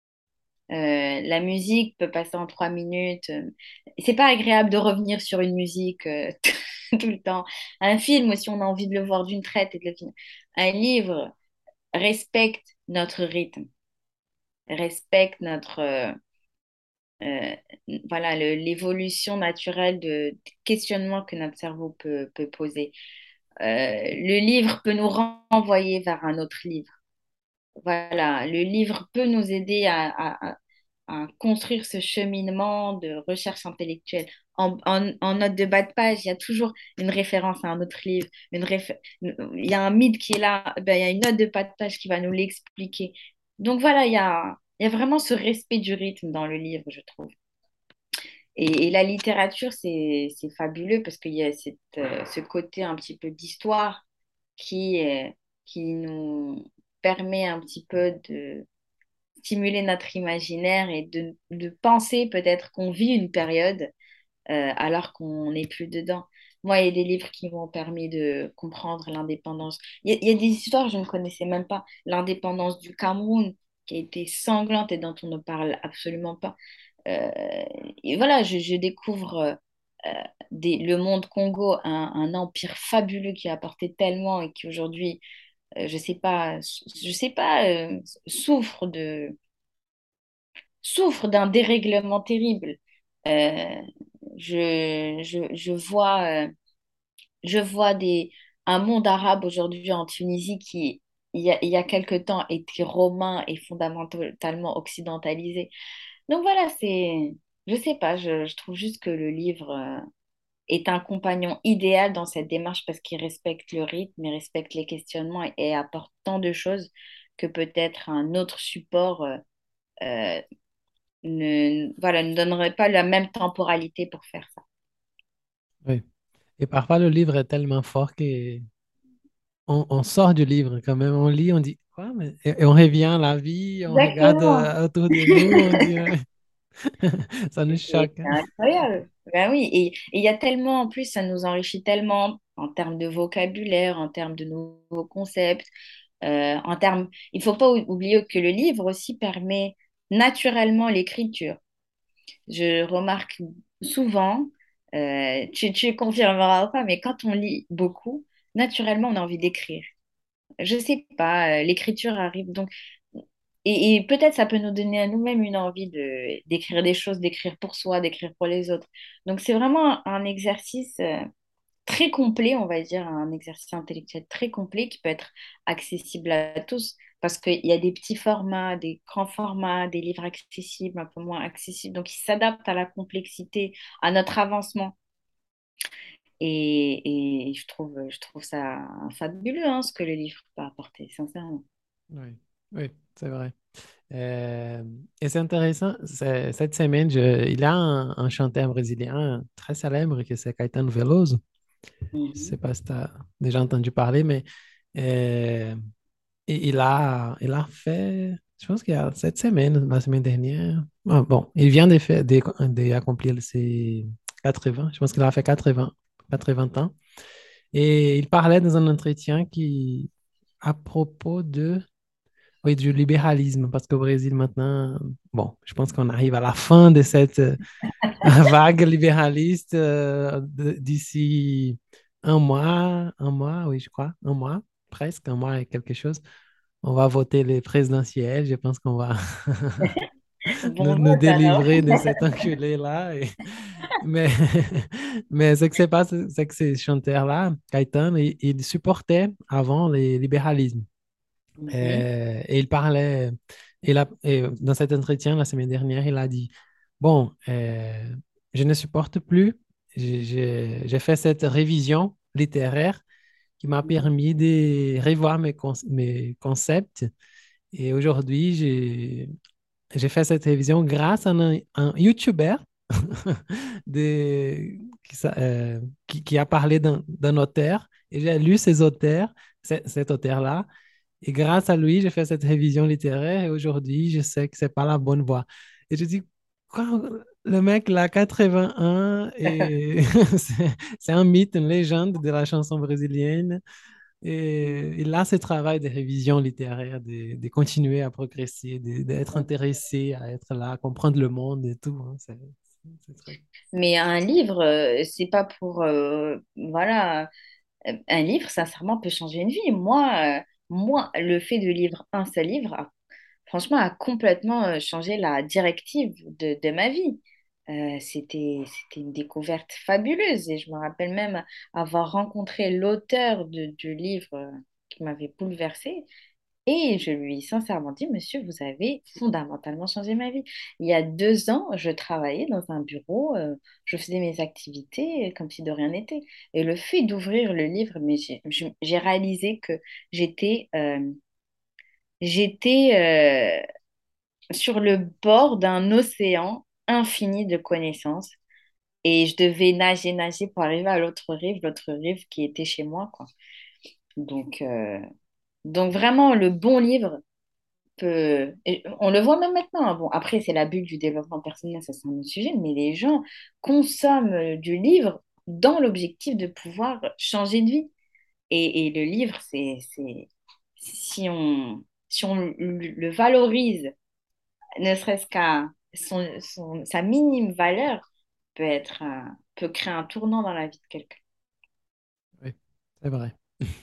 Euh, la musique peut passer en trois minutes. euh, C'est pas agréable de revenir sur une musique euh, tout le temps. Un film aussi, on a envie de le voir d'une traite et de le finir. Un livre respecte notre rythme, respecte notre, euh, euh, voilà, le- l'évolution naturelle de, de questionnement que notre cerveau peut, peut poser. Euh, le livre peut nous renvoyer vers un autre livre. Voilà, le livre peut nous aider à, à- à- à construire ce cheminement de recherche intellectuelle. En, en- en note de bas de page, il y a toujours une référence à un autre livre. Une réfé- il y a un mythe qui est là, ben, il y a une note de bas de page qui va nous l'expliquer. Donc voilà, il y a, il y a vraiment ce respect du rythme dans le livre, je trouve. Et, et la littérature, c'est, c'est fabuleux parce qu'il y a cette, euh, ce côté un petit peu d'histoire qui, euh, qui nous permet un petit peu de stimuler notre imaginaire et de, de penser peut-être qu'on vit une période euh, alors qu'on n'est plus dedans. Moi, il y a des livres qui m'ont permis de comprendre l'indépendance. Il y, a il y a des histoires que je ne connaissais même pas. L'indépendance du Cameroun, qui a été sanglante et dont on ne parle absolument pas. Euh, et voilà, je, je découvre euh, des- le monde Congo, un, un empire fabuleux qui a apporté tellement et qui aujourd'hui, euh, je sais pas, je sais pas, euh, souffre de, souffre d'un dérèglement terrible. Euh, je, je, je vois, euh, je vois des, un monde arabe aujourd'hui en Tunisie qui, il y a, il y a quelque temps, était romain et fondamentalement occidentalisé. Donc voilà, c'est, je sais pas, je, je trouve juste que le livre euh, est un compagnon idéal dans cette démarche parce qu'il respecte le rythme, il respecte les questionnements et, et apporte tant de choses que peut-être un autre support euh, euh, ne, voilà, ne donnerait pas la même temporalité pour faire ça. Oui. Et parfois, le livre est tellement fort qu'on on on sort du livre quand même. On lit, on dit, quoi, mais... Et, et on revient à la vie, on regarde Exactement. euh, autour de nous, on dit, ouais. Ça nous Et choque, c'est hein. incroyable. Ben oui, et et il y a tellement, en plus, ça nous enrichit tellement en termes de vocabulaire, en termes de nouveaux concepts, euh, en termes... Il ne faut pas ou- oublier que le livre aussi permet naturellement l'écriture. Je remarque souvent, euh, tu, tu confirmeras ou pas, mais quand on lit beaucoup, naturellement, on a envie d'écrire. Je sais pas, euh, l'écriture arrive donc. Et, et peut-être ça peut nous donner à nous-mêmes une envie de d'écrire des choses, d'écrire pour soi, d'écrire pour les autres. Donc c'est vraiment un exercice euh, très complet, on va dire, un exercice intellectuel très complet qui peut être accessible à tous parce qu'il y a des petits formats, des grands formats, des livres accessibles, un peu moins accessibles. Donc ils s'adaptent à la complexité, à notre avancement. Et, et je trouve, je trouve ça fabuleux, hein, ce que le livre peut apporter, sincèrement. Oui, oui, c'est vrai. Euh, et c'est intéressant, c'est- cette semaine, je- il y a un, un chanteur brésilien très célèbre qui c'est Caetano Veloso. Je ne sais Mhm. pas si tu as déjà entendu parler, mais euh, et il a, il a fait, je pense qu'il y a cette semaine, la semaine dernière. Ah, bon, il vient de faire, de- d'accomplir ses quatre-vingts, je pense qu'il a fait quatre-vingts, quatre-vingts ans. Et il parlait dans un entretien qui, à propos de, oui, du libéralisme, parce qu'au Brésil maintenant, bon, je pense qu'on arrive à la fin de cette euh, vague libéraliste euh, de- d'ici un mois, un mois, oui, je crois, un mois, presque, un mois et quelque chose. On va voter les présidentielles. Je pense qu'on va nous, Bon nous vote alors. délivrer de cet enculé-là. et- Mais, mais ce que c'est pas, c'est que ces chanteurs-là, Caetano, il, il supportait avant les libéralismes. Mhm, Euh, et il parlait, il a, et dans cet entretien la semaine dernière, il a dit, bon, euh, je ne supporte plus, j'ai j'ai- j'ai fait cette révision littéraire qui m'a mhm. permis de revoir mes, con- mes concepts. Et aujourd'hui, j'ai j'ai fait cette révision grâce à un, un YouTuber de- qui, sa- euh, qui- qui a parlé d'un d'un auteur. Et j'ai lu ces auteurs, ce- cet auteur-là. Et grâce à lui, j'ai fait cette révision littéraire. Et aujourd'hui, je sais que c'est pas la bonne voie. Et je dis, quoi, le mec, il a quatre-vingt-un et c'est c'est un mythe, une légende de la chanson brésilienne. Et il a ce travail de révision littéraire, de, de continuer à progresser, de- d'être intéressé à être là, à comprendre le monde et tout, hein. C'est c'est très... Mais un livre, euh, c'est pas pour... euh, voilà, euh, un livre, sincèrement, peut changer une vie. Moi, euh, moi, le fait de lire un seul livre, a- franchement, a complètement euh, changé la directive de, de ma vie. Euh, c'était, c'était une découverte fabuleuse et je me rappelle même avoir rencontré l'auteur de- du livre euh, qui m'avait bouleversée. Et je lui ai sincèrement dit, monsieur, vous avez fondamentalement changé ma vie. Il y a deux ans, je travaillais dans un bureau, euh, je faisais mes activités comme si de rien n'était. Et le fait d'ouvrir le livre, mais j'ai je- j'ai réalisé que j'étais euh, j'étais euh, sur le bord d'un océan infini de connaissances. Et je devais nager, nager pour arriver à l'autre rive, l'autre rive qui était chez moi, quoi. Donc, euh, donc vraiment, le bon livre peut... et on le voit même maintenant, hein. Bon, après, c'est la bulle du développement personnel, ça c'est un autre sujet, mais les gens consomment euh, du livre dans l'objectif de pouvoir changer de vie. Et, et le livre, c'est, c'est, si on, si on le le valorise, ne serait-ce qu'à son, son- sa minime valeur, peut être, un- peut créer un tournant dans la vie de quelqu'un. Oui, c'est vrai.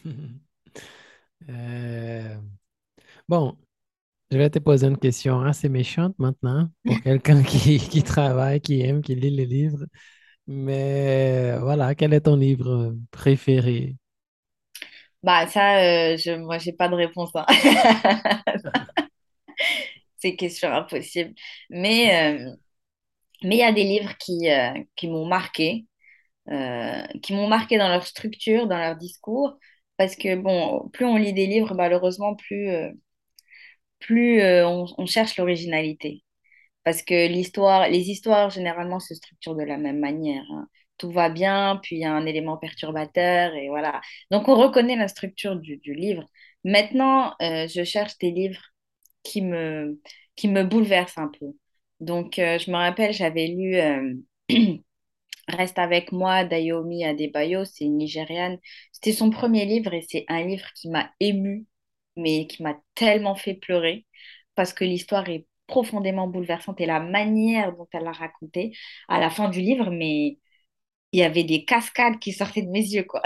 Euh, bon, je vais te poser une question assez méchante maintenant pour quelqu'un qui, qui travaille, qui aime, qui lit les livres. Mais voilà, quel est ton livre préféré? Bah ça, euh, je, moi, j'ai pas de réponse, hein. C'est question impossible. Mais euh, mais il y a des livres qui, euh, qui m'ont marqué, euh, qui m'ont marqué dans leur structure, dans leur discours, parce que bon, plus on lit des livres, malheureusement, plus, euh, plus euh, on, on cherche l'originalité. Parce que l'histoire, les histoires, généralement, se structurent de la même manière, hein. Tout va bien, puis il y a un élément perturbateur, et voilà. Donc, on reconnaît la structure du, du livre. Maintenant, euh, je cherche des livres qui me, qui me bouleversent un peu. Donc, euh, je me rappelle, j'avais lu euh, Reste avec moi d'Ayomi Adebayo, c'est une Nigériane. C'était son premier livre et c'est un livre qui m'a émue, mais qui m'a tellement fait pleurer parce que l'histoire est profondément bouleversante et la manière dont elle l'a racontée à la fin du livre, mais il y avait des cascades qui sortaient de mes yeux, quoi.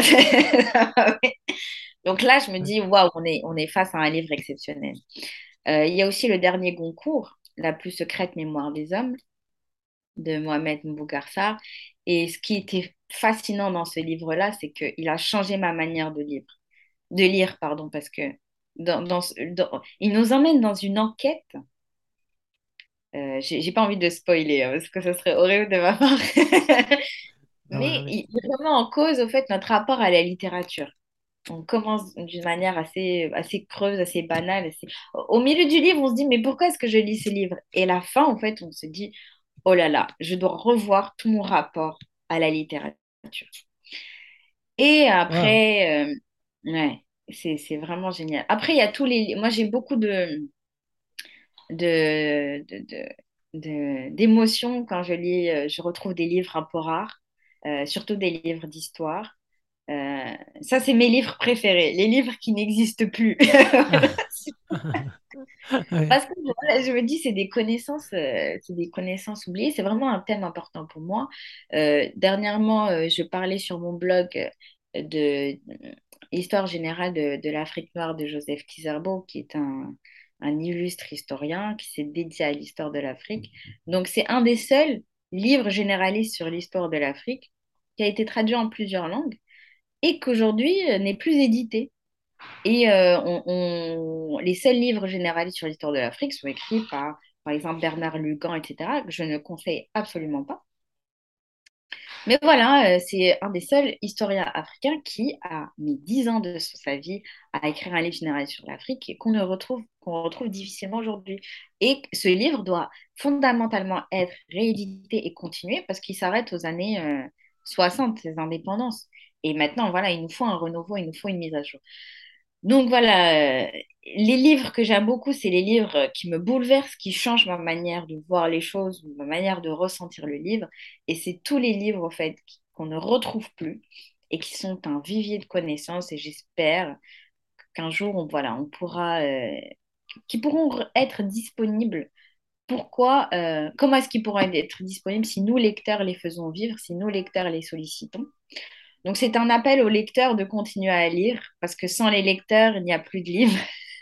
Donc là, je me dis, waouh, on est, on est face à un livre exceptionnel. Euh, il y a aussi Le Dernier Goncourt, La plus secrète mémoire des hommes, de Mohamed Mbougar. Et ce qui était fascinant dans ce livre-là, c'est qu'il a changé ma manière de lire, de lire, pardon, parce que dans, dans ce- dans- il nous emmène dans une enquête. Euh, j'ai j'ai pas envie de spoiler, hein, parce que ce serait horrible de ma part. Ah ouais, Mais allez. il il remet en cause, au fait, notre rapport à la littérature. On commence d'une manière assez, assez creuse, assez banale. assez- Au milieu du livre, on se dit, mais pourquoi est-ce que je lis ce livre? Et à la fin, en fait, on se dit, oh là là, je dois revoir tout mon rapport à la littérature. Et Wow. après, euh, ouais, c'est, c'est vraiment génial. Après, il y a tous les... Moi, j'ai beaucoup de, de, de, de- de- d'émotions quand je lis, euh, je retrouve des livres un peu rares, euh, surtout des livres d'histoire. Euh, Ça, c'est mes livres préférés, les livres qui n'existent plus. Ah, ouais. Parce que voilà, je me dis, c'est des connaissances, euh, c'est des connaissances oubliées. C'est vraiment un thème important pour moi. Euh, dernièrement, euh, je parlais sur mon blog euh, de euh, Histoire générale de, de l'Afrique noire de Joseph Kizerbo, qui est un, un illustre historien qui s'est dédié à l'histoire de l'Afrique. Donc, c'est un des seuls livres généralistes sur l'histoire de l'Afrique qui a été traduit en plusieurs langues et qu'aujourd'hui euh, n'est plus édité. Et euh, on- on- les seuls livres généralistes sur l'histoire de l'Afrique sont écrits par, par exemple, Bernard Lugan, et cetera, que je ne conseille absolument pas. Mais voilà, euh, c'est un des seuls historiens africains qui a mis dix ans de sa vie à écrire un livre général sur l'Afrique et qu'on ne retrouve, qu'on retrouve difficilement aujourd'hui. Et ce livre doit fondamentalement être réédité et continué parce qu'il s'arrête aux années euh, soixante, ses indépendances. Et maintenant, voilà, il nous faut un renouveau, il nous faut une mise à jour. Donc voilà, euh, les livres que j'aime beaucoup, c'est les livres qui me bouleversent, qui changent ma manière de voir les choses, ma manière de ressentir le livre. Et c'est tous les livres, en fait, qui- qu'on ne retrouve plus et qui sont un vivier de connaissances. Et j'espère qu'un jour, on, voilà, on pourra, euh, qui pourront re- être disponibles. Pourquoi, euh, comment est-ce qu'ils pourront être disponibles si nous, lecteurs, les faisons vivre, si nous, lecteurs, les sollicitons? Donc, c'est un appel aux lecteurs de continuer à lire, parce que sans les lecteurs, il n'y a plus de livres.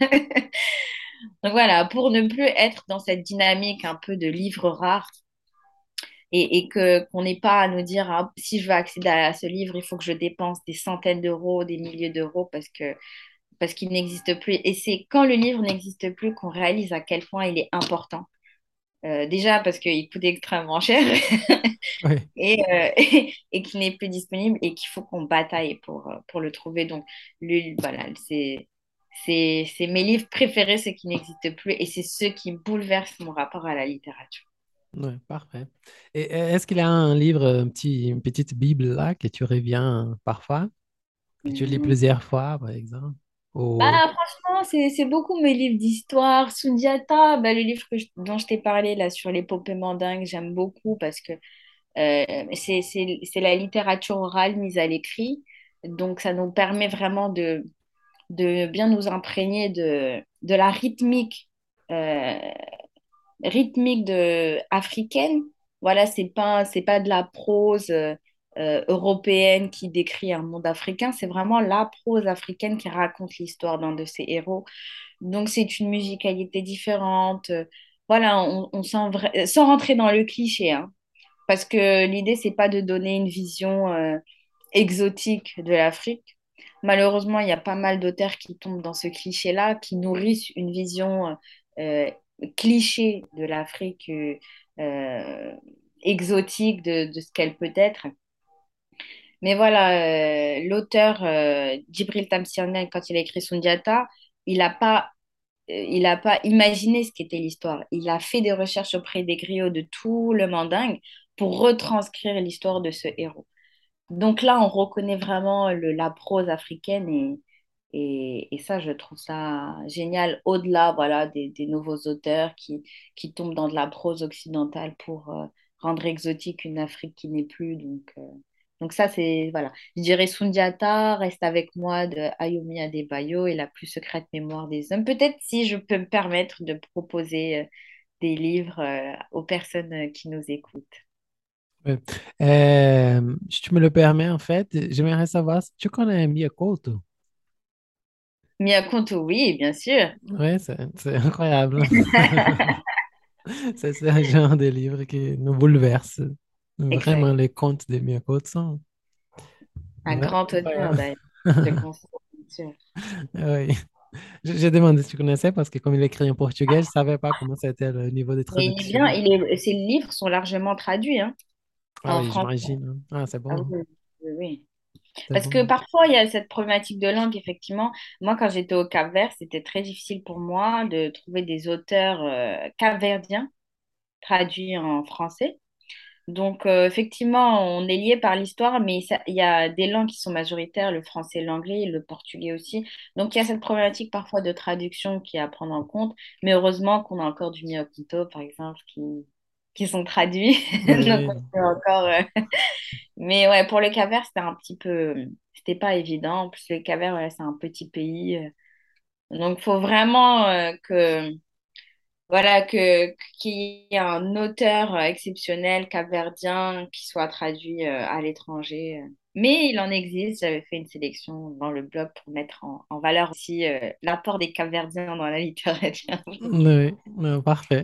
Donc voilà, pour ne plus être dans cette dynamique un peu de livres rares et, et que qu'on n'ait pas à nous dire ah, si je veux accéder à ce livre, il faut que je dépense des centaines d'euros, des milliers d'euros parce que parce qu'il n'existe plus. Et c'est quand le livre n'existe plus qu'on réalise à quel point il est important. Euh, déjà parce qu'il coûte extrêmement cher Ouais. et, euh, et, et qu'il n'est plus disponible et qu'il faut qu'on bataille pour, euh, pour le trouver. Donc, lui, voilà, c'est, c'est, c'est mes livres préférés, ceux qui n'existent plus, et c'est ceux qui bouleversent mon rapport à la littérature. Ouais, parfait. Et euh, est-ce qu'il y a un livre, un petit, une petite Bible là que tu reviens parfois, que tu lis Mhm. plusieurs fois, par exemple? Bah, Ou... franchement, c'est, c'est beaucoup mes livres d'histoire. Sundiata, bah, le livre que je- dont je t'ai parlé là sur l'épopée mandingue, j'aime beaucoup parce que euh, c'est, c'est, c'est la littérature orale mise à l'écrit. Donc, ça nous permet vraiment de de bien nous imprégner de, de la rythmique, euh, rythmique de, africaine. Voilà, c'est pas, c'est pas de la prose euh, euh, européenne qui décrit un monde africain, c'est vraiment la prose africaine qui raconte l'histoire d'un de ses héros. Donc, c'est une musicalité différente. Euh, Voilà, on, on sent vra- sans rentrer dans le cliché, hein, parce que l'idée, c'est pas de donner une vision euh, exotique de l'Afrique. Malheureusement, il y a pas mal d'auteurs qui tombent dans ce cliché-là, qui nourrissent une vision euh, cliché de l'Afrique euh, euh, exotique de, de ce qu'elle peut être. Mais voilà, euh, l'auteur euh, Djibril Tamsiane, quand il a écrit Sundiata, il n'a pas, euh, il a pas imaginé ce qu'était l'histoire. Il a fait des recherches auprès des griots de tout le Mandingue pour retranscrire l'histoire de ce héros. Donc là, on reconnaît vraiment le- la prose africaine et, et, et ça, je trouve ça génial, au-delà voilà, des, des nouveaux auteurs qui, qui tombent dans de la prose occidentale pour euh, rendre exotique une Afrique qui n'est plus. Donc, euh, donc ça, c'est, voilà. Je dirais Sundiata, Reste avec moi de Ayomi Adebayo et La plus secrète mémoire des hommes. Peut-être si je peux me permettre de proposer euh, des livres euh, aux personnes euh, qui nous écoutent. Ouais. Euh, si tu me le permets, en fait, j'aimerais savoir si tu connais Mia Couto. Miyakoto, oui, bien sûr. Oui, c'est c'est incroyable. C'est c'est un genre de livre qui nous bouleverse. Vraiment, Exact. les contes de Mia Couto sont Un vraiment grand auteur, incroyables. d'ailleurs. Je te conseille, bien sûr. Oui. J'ai j'ai demandé si tu connaissais parce que comme il écrit en portugais, je ne savais pas comment c'était le niveau de Mais il est bien, traduction. il est, ses livres sont largement traduits hein, Ah en oui, français. j'imagine. Ah, c'est Ah bon. oui, oui, oui. C'est Parce que bon. parfois, il y a cette problématique de langue, effectivement. Moi, quand j'étais au Cap-Vert, c'était très difficile pour moi de trouver des auteurs euh, capverdiens traduits en français. Donc, euh, effectivement, on est lié par l'histoire, mais ça- il y a des langues qui sont majoritaires, le français, l'anglais, le portugais aussi. Donc, il y a cette problématique parfois de traduction qui est à prendre en compte. Mais heureusement qu'on a encore du Mioquito, par exemple, qui, qui sont traduits. Donc, Oui. on peut encore. euh, Mais ouais, pour le Cap-Vert, c'était un petit peu. C'était pas évident. En plus, le Cap-Vert, ouais, c'est un petit pays. euh. Donc, il faut vraiment euh, que. Voilà, que, qu'il y ait un auteur euh, exceptionnel capverdien qui soit traduit euh, à l'étranger. euh. Mais il en existe. J'avais fait une sélection dans le blog pour mettre en, en valeur aussi euh, l'apport des Capverdiens dans la littérature. Oui, non, parfait.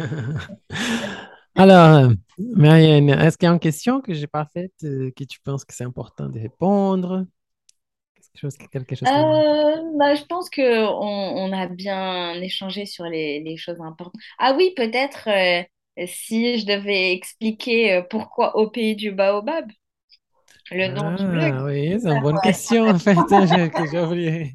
Alors, euh, Marianne, est-ce qu'il y a une question que j'ai pas faite, euh, que tu penses que c'est important de répondre? Quelque chose, quelque chose qui... Euh, bah, je pense que on, on a bien échangé sur les, les choses importantes. Ah oui, peut-être euh, si je devais expliquer euh, pourquoi au pays du baobab, le nom du blog. Ah oui, c'est une bonne question en fait, hein, j'ai- que j'ai oublié.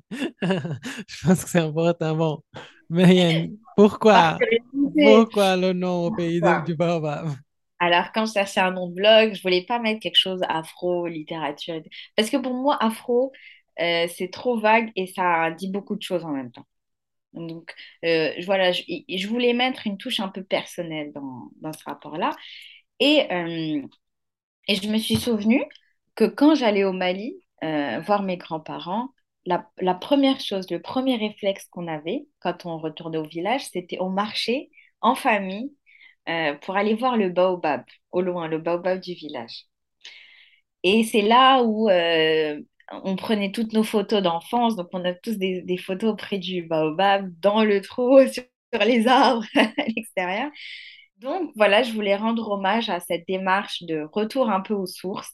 Je pense que c'est important. Bon, Marianne, Par pourquoi, curiosité. pourquoi le nom au pays de- du baobab? Alors, quand je cherchais un nom de blog, je voulais pas mettre quelque chose afro, littérature. et tout. Parce que pour moi, afro, euh, c'est trop vague et ça dit beaucoup de choses en même temps. Donc, euh, je- voilà, je, et- je voulais mettre une touche un peu personnelle dans, dans ce rapport-là. Et, euh, et je me suis souvenu que quand j'allais au Mali euh, voir mes grands-parents, la, la première chose, le premier réflexe qu'on avait quand on retournait au village, c'était on marchait en famille euh, pour aller voir le baobab, au loin, le baobab du village. Et c'est là où euh, on prenait toutes nos photos d'enfance. Donc, on a tous des, des photos près du baobab, dans le trou, sur, sur les arbres, à l'extérieur. Donc, voilà, je voulais rendre hommage à cette démarche de retour un peu aux sources.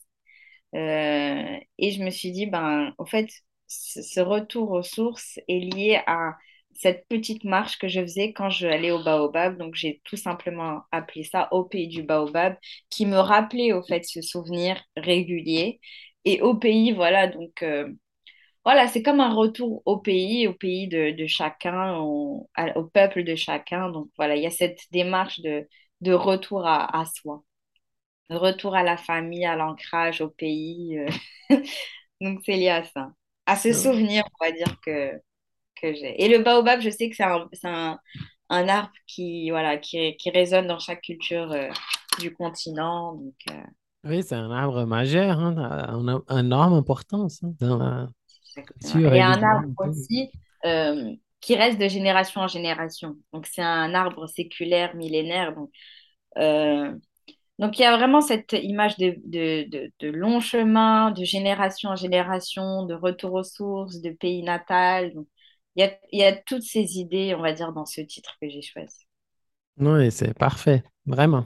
Euh, et je me suis dit, ben, en fait, ce ce retour aux sources est lié à cette petite marche que je faisais quand je allais au Baobab. Donc, j'ai tout simplement appelé ça au pays du Baobab, qui me rappelait, au fait, ce souvenir régulier. Et au pays, voilà, donc, euh, voilà, c'est comme un retour au pays, au pays de, de chacun, au, à- au peuple de chacun. Donc, voilà, il y a cette démarche de, de retour à, à soi. Retour à la famille, à l'ancrage, au pays. euh. Donc, c'est lié à ça. À ce Non. souvenir, on va dire, que, que j'ai. Et le baobab, je sais que c'est un, c'est un, un arbre qui, voilà, qui, qui résonne dans chaque culture euh, du continent. Donc, euh, Oui, c'est un arbre majeur, hein, un, un- un énorme importance hein, dans la exactement. culture Et un religieuse arbre et tout. aussi euh, qui reste de génération en génération. Donc, c'est un arbre séculaire, millénaire. Donc, euh, Donc, il y a vraiment cette image de, de, de, de long chemin, de génération en génération, de retour aux sources, de pays natal. Donc, il y a, il y a toutes ces idées, on va dire, dans ce titre que j'ai choisi. Oui, c'est parfait, vraiment.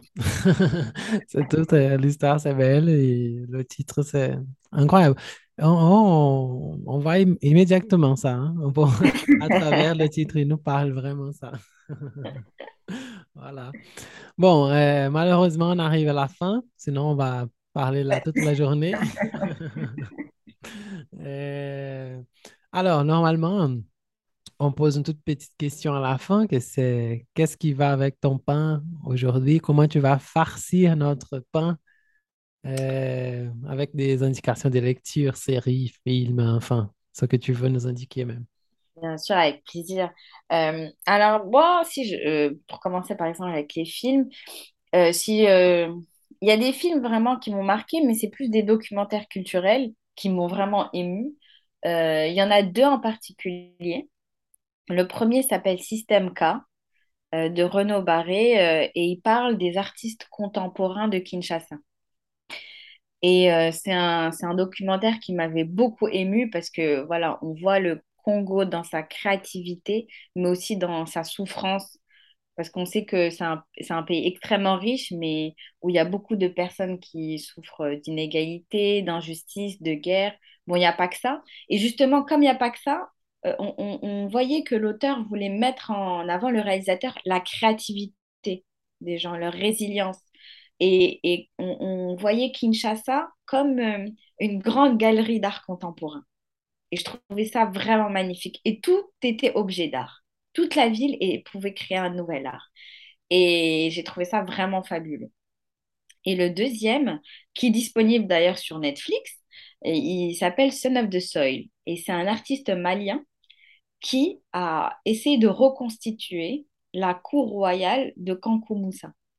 C'est tout, euh, l'histoire, c'est belle et le titre, c'est incroyable. On, on, on voit im- immédiatement ça, hein. On peut- à travers le titre, il nous parle vraiment ça. Voilà. Bon, euh, malheureusement, on arrive à la fin, sinon on va parler là toute la journée. Euh, alors, normalement, on pose une toute petite question à la fin, que c'est qu'est-ce qui va avec ton pain aujourd'hui? Comment tu vas farcir notre pain euh, avec des indications de lecture, séries, films, enfin, ce que tu veux nous indiquer même. Bien sûr, avec plaisir. Euh, alors, moi, si je, euh, pour commencer par exemple avec les films, euh, si, euh, il y a des films vraiment qui m'ont marqué, mais c'est plus des documentaires culturels qui m'ont vraiment ému. Euh, Il y en a deux en particulier. Le premier s'appelle Système K euh, de Renaud Barré euh, et il parle des artistes contemporains de Kinshasa. Et euh, c'est un, c'est un documentaire qui m'avait beaucoup émue parce que voilà, on voit le Congo dans sa créativité, mais aussi dans sa souffrance, parce qu'on sait que c'est un, c'est un pays extrêmement riche, mais où il y a beaucoup de personnes qui souffrent d'inégalité, d'injustice, de guerre. Bon, il n'y a pas que ça. Et justement, comme il n'y a pas que ça, euh, on, on- on voyait que l'auteur voulait mettre en avant, le réalisateur, la créativité des gens, leur résilience. Et, et on, on voyait Kinshasa comme euh, une grande galerie d'art contemporain. Et je trouvais ça vraiment magnifique. Et tout était objet d'art. Toute la ville et pouvait créer un nouvel art. Et j'ai trouvé ça vraiment fabuleux. Et le deuxième, qui est disponible d'ailleurs sur Netflix, et il s'appelle Son of the Soil. Et c'est un artiste malien qui a essayé de reconstituer la cour royale de Kankoumoussa.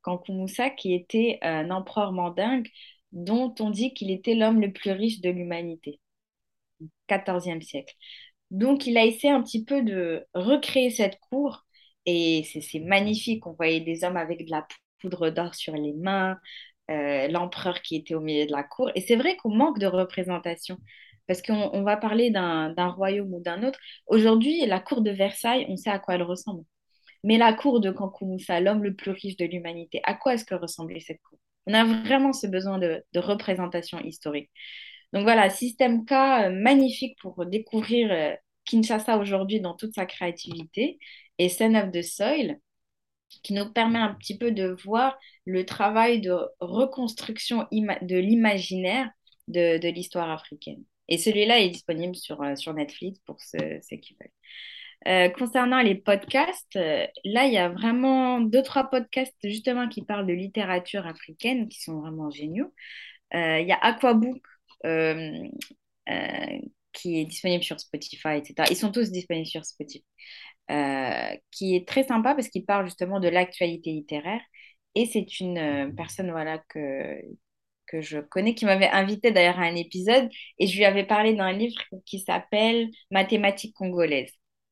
Kankou Moussa, qui était un empereur mandingue dont on dit qu'il était l'homme le plus riche de l'humanité, quatorzième siècle. Donc, il a essayé un petit peu de recréer cette cour et c'est c'est magnifique. On voyait des hommes avec de la poudre d'or sur les mains, euh, l'empereur qui était au milieu de la cour. Et c'est vrai qu'on manque de représentation parce qu'on on va parler d'un d'un royaume ou d'un autre. Aujourd'hui, la cour de Versailles, on sait à quoi elle ressemble. Mais la cour de Cancun Moussa, l'homme le plus riche de l'humanité, à quoi est-ce que ressemblait cette cour? On a vraiment ce besoin de, de représentation historique. Donc voilà, Système K, euh, magnifique pour découvrir euh, Kinshasa aujourd'hui dans toute sa créativité. Et Son of the Soil, qui nous permet un petit peu de voir le travail de reconstruction ima- de l'imaginaire de, de l'histoire africaine. Et celui-là est disponible sur, euh, sur Netflix pour ceux, ceux qui veulent. Euh, concernant les podcasts, euh, là, il y a vraiment deux, trois podcasts justement qui parlent de littérature africaine qui sont vraiment géniaux. Euh, Il y a Aquabook euh, euh, qui est disponible sur Spotify, et cetera. Ils sont tous disponibles sur Spotify, euh, qui est très sympa parce qu'il parle justement de l'actualité littéraire. Et c'est une euh, personne voilà, que, que je connais qui m'avait invité d'ailleurs à un épisode et je lui avais parlé d'un livre qui s'appelle Mathématiques congolaises.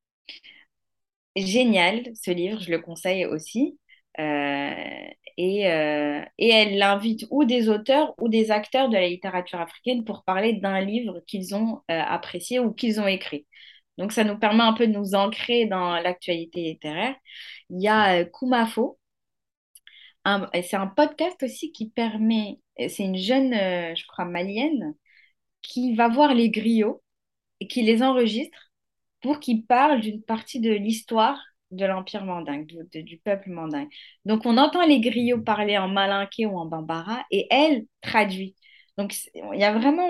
Génial, ce livre, je le conseille aussi. Euh, et, euh, et elle invite ou des auteurs ou des acteurs de la littérature africaine pour parler d'un livre qu'ils ont euh, apprécié ou qu'ils ont écrit. Donc, ça nous permet un peu de nous ancrer dans l'actualité littéraire. Il y a euh, Kumafo. Un- et c'est un podcast aussi qui permet, c'est une jeune, euh, je crois, malienne, qui va voir les griots et qui les enregistre pour qu'ils parlent d'une partie de l'histoire de l'Empire mandingue, du, de- du peuple mandingue. Donc, on entend les griots parler en malinké ou en bambara et elle traduit. Donc, c'est- il y a vraiment,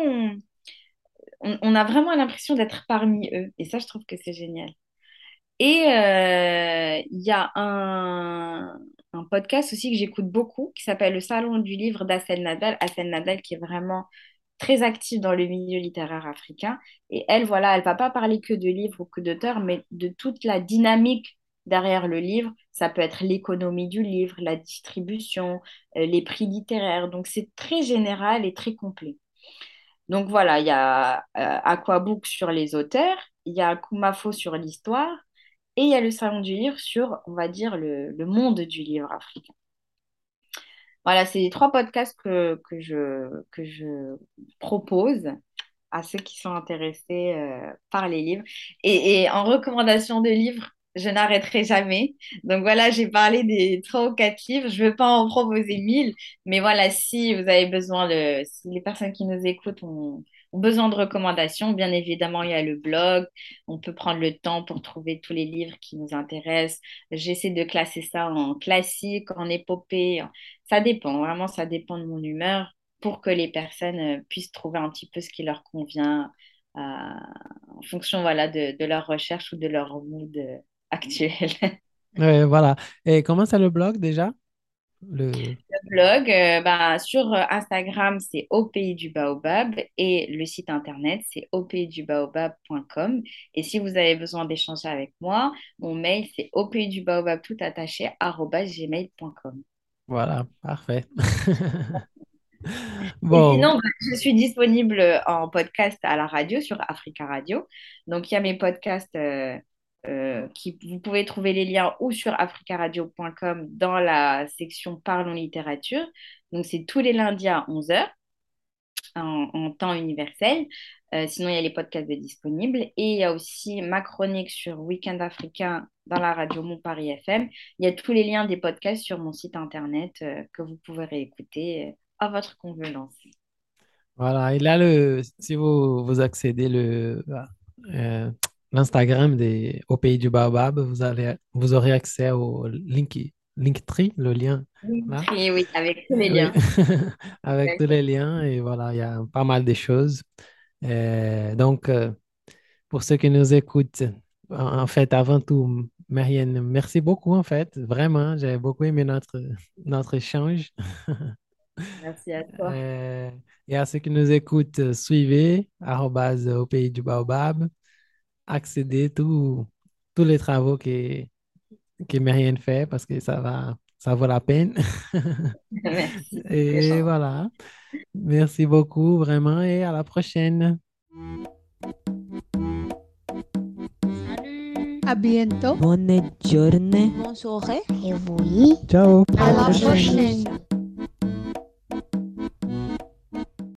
on, on a vraiment l'impression d'être parmi eux. Et ça, je trouve que c'est génial. Et euh, il y a un, un podcast aussi que j'écoute beaucoup qui s'appelle Le Salon du livre d'Assel Nadal. Assel Nadal qui est vraiment très active dans le milieu littéraire africain. Et elle, voilà, elle va pas parler que de livres ou que d'auteurs, mais de toute la dynamique derrière le livre. Ça peut être l'économie du livre, la distribution, euh, les prix littéraires. Donc c'est très général et très complet. Donc voilà, il y a euh, Aquabook sur les auteurs, il y a Kumafo sur l'histoire, et il y a le Salon du livre sur, on va dire, le, le monde du livre africain. Voilà, c'est les trois podcasts que, que je, que je propose à ceux qui sont intéressés euh, par les livres. Et, et en recommandation de livres, je n'arrêterai jamais. Donc voilà, j'ai parlé des trois ou quatre livres. Je ne veux pas en proposer mille, mais voilà, si vous avez besoin de, si les personnes qui nous écoutent ont, ont besoin de recommandations, bien évidemment, il y a le blog. On peut prendre le temps pour trouver tous les livres qui nous intéressent. J'essaie de classer ça en classique, en épopée. Ça dépend, vraiment, ça dépend de mon humeur pour que les personnes euh, puissent trouver un petit peu ce qui leur convient euh, en fonction voilà, de, de leur recherche ou de leur mood euh, actuel. Ouais, voilà. Et comment c'est le blog déjà? Le... Le blog, euh, bah, sur euh, Instagram, c'est Au Pays du Baobab et le site internet, c'est au pays du baobab point com. Et si vous avez besoin d'échanger avec moi, mon mail, c'est au pays du baobab tout attaché, arobase gmail point com. Voilà, parfait. Et Bon, sinon, bah, je suis disponible en podcast à la radio sur Africa Radio. Donc, il y a mes podcasts euh, euh, qui vous pouvez trouver les liens ou sur africa radio point com dans la section Parlons littérature. Donc, c'est tous les lundis à onze heures en, en temps universel. Euh, sinon, il y a les podcasts de disponibles. Et il y a aussi ma chronique sur Week-end africain dans la radio Mon Paris F M. Il y a tous les liens des podcasts sur mon site internet euh, que vous pouvez réécouter euh, à votre convenance. voilà. Et là, le, si vous, vous accédez le, euh, l'Instagram des, au pays du Baobab, vous allez, vous aurez accès au link, Linktree, le lien là. Oui, oui, avec tous les Oui, liens. avec tous les liens. Et voilà, il y a pas mal de choses. Euh, donc, euh, pour ceux qui nous écoutent, en, en fait, avant tout, Marianne, merci beaucoup, en fait. Vraiment, j'ai beaucoup aimé notre, notre échange. Merci à toi. Euh, et à ceux qui nous écoutent, euh, suivez arrobase au pays du Baobab, accédez tous tous les travaux que, que Marianne fait parce que ça va, ça vaut la peine. Merci, c'est Et gentil. voilà. Merci beaucoup, vraiment, et à la prochaine. Salut. À bientôt. Bonne journée. Bonsoir. Ciao. À À la la prochaine. prochaine.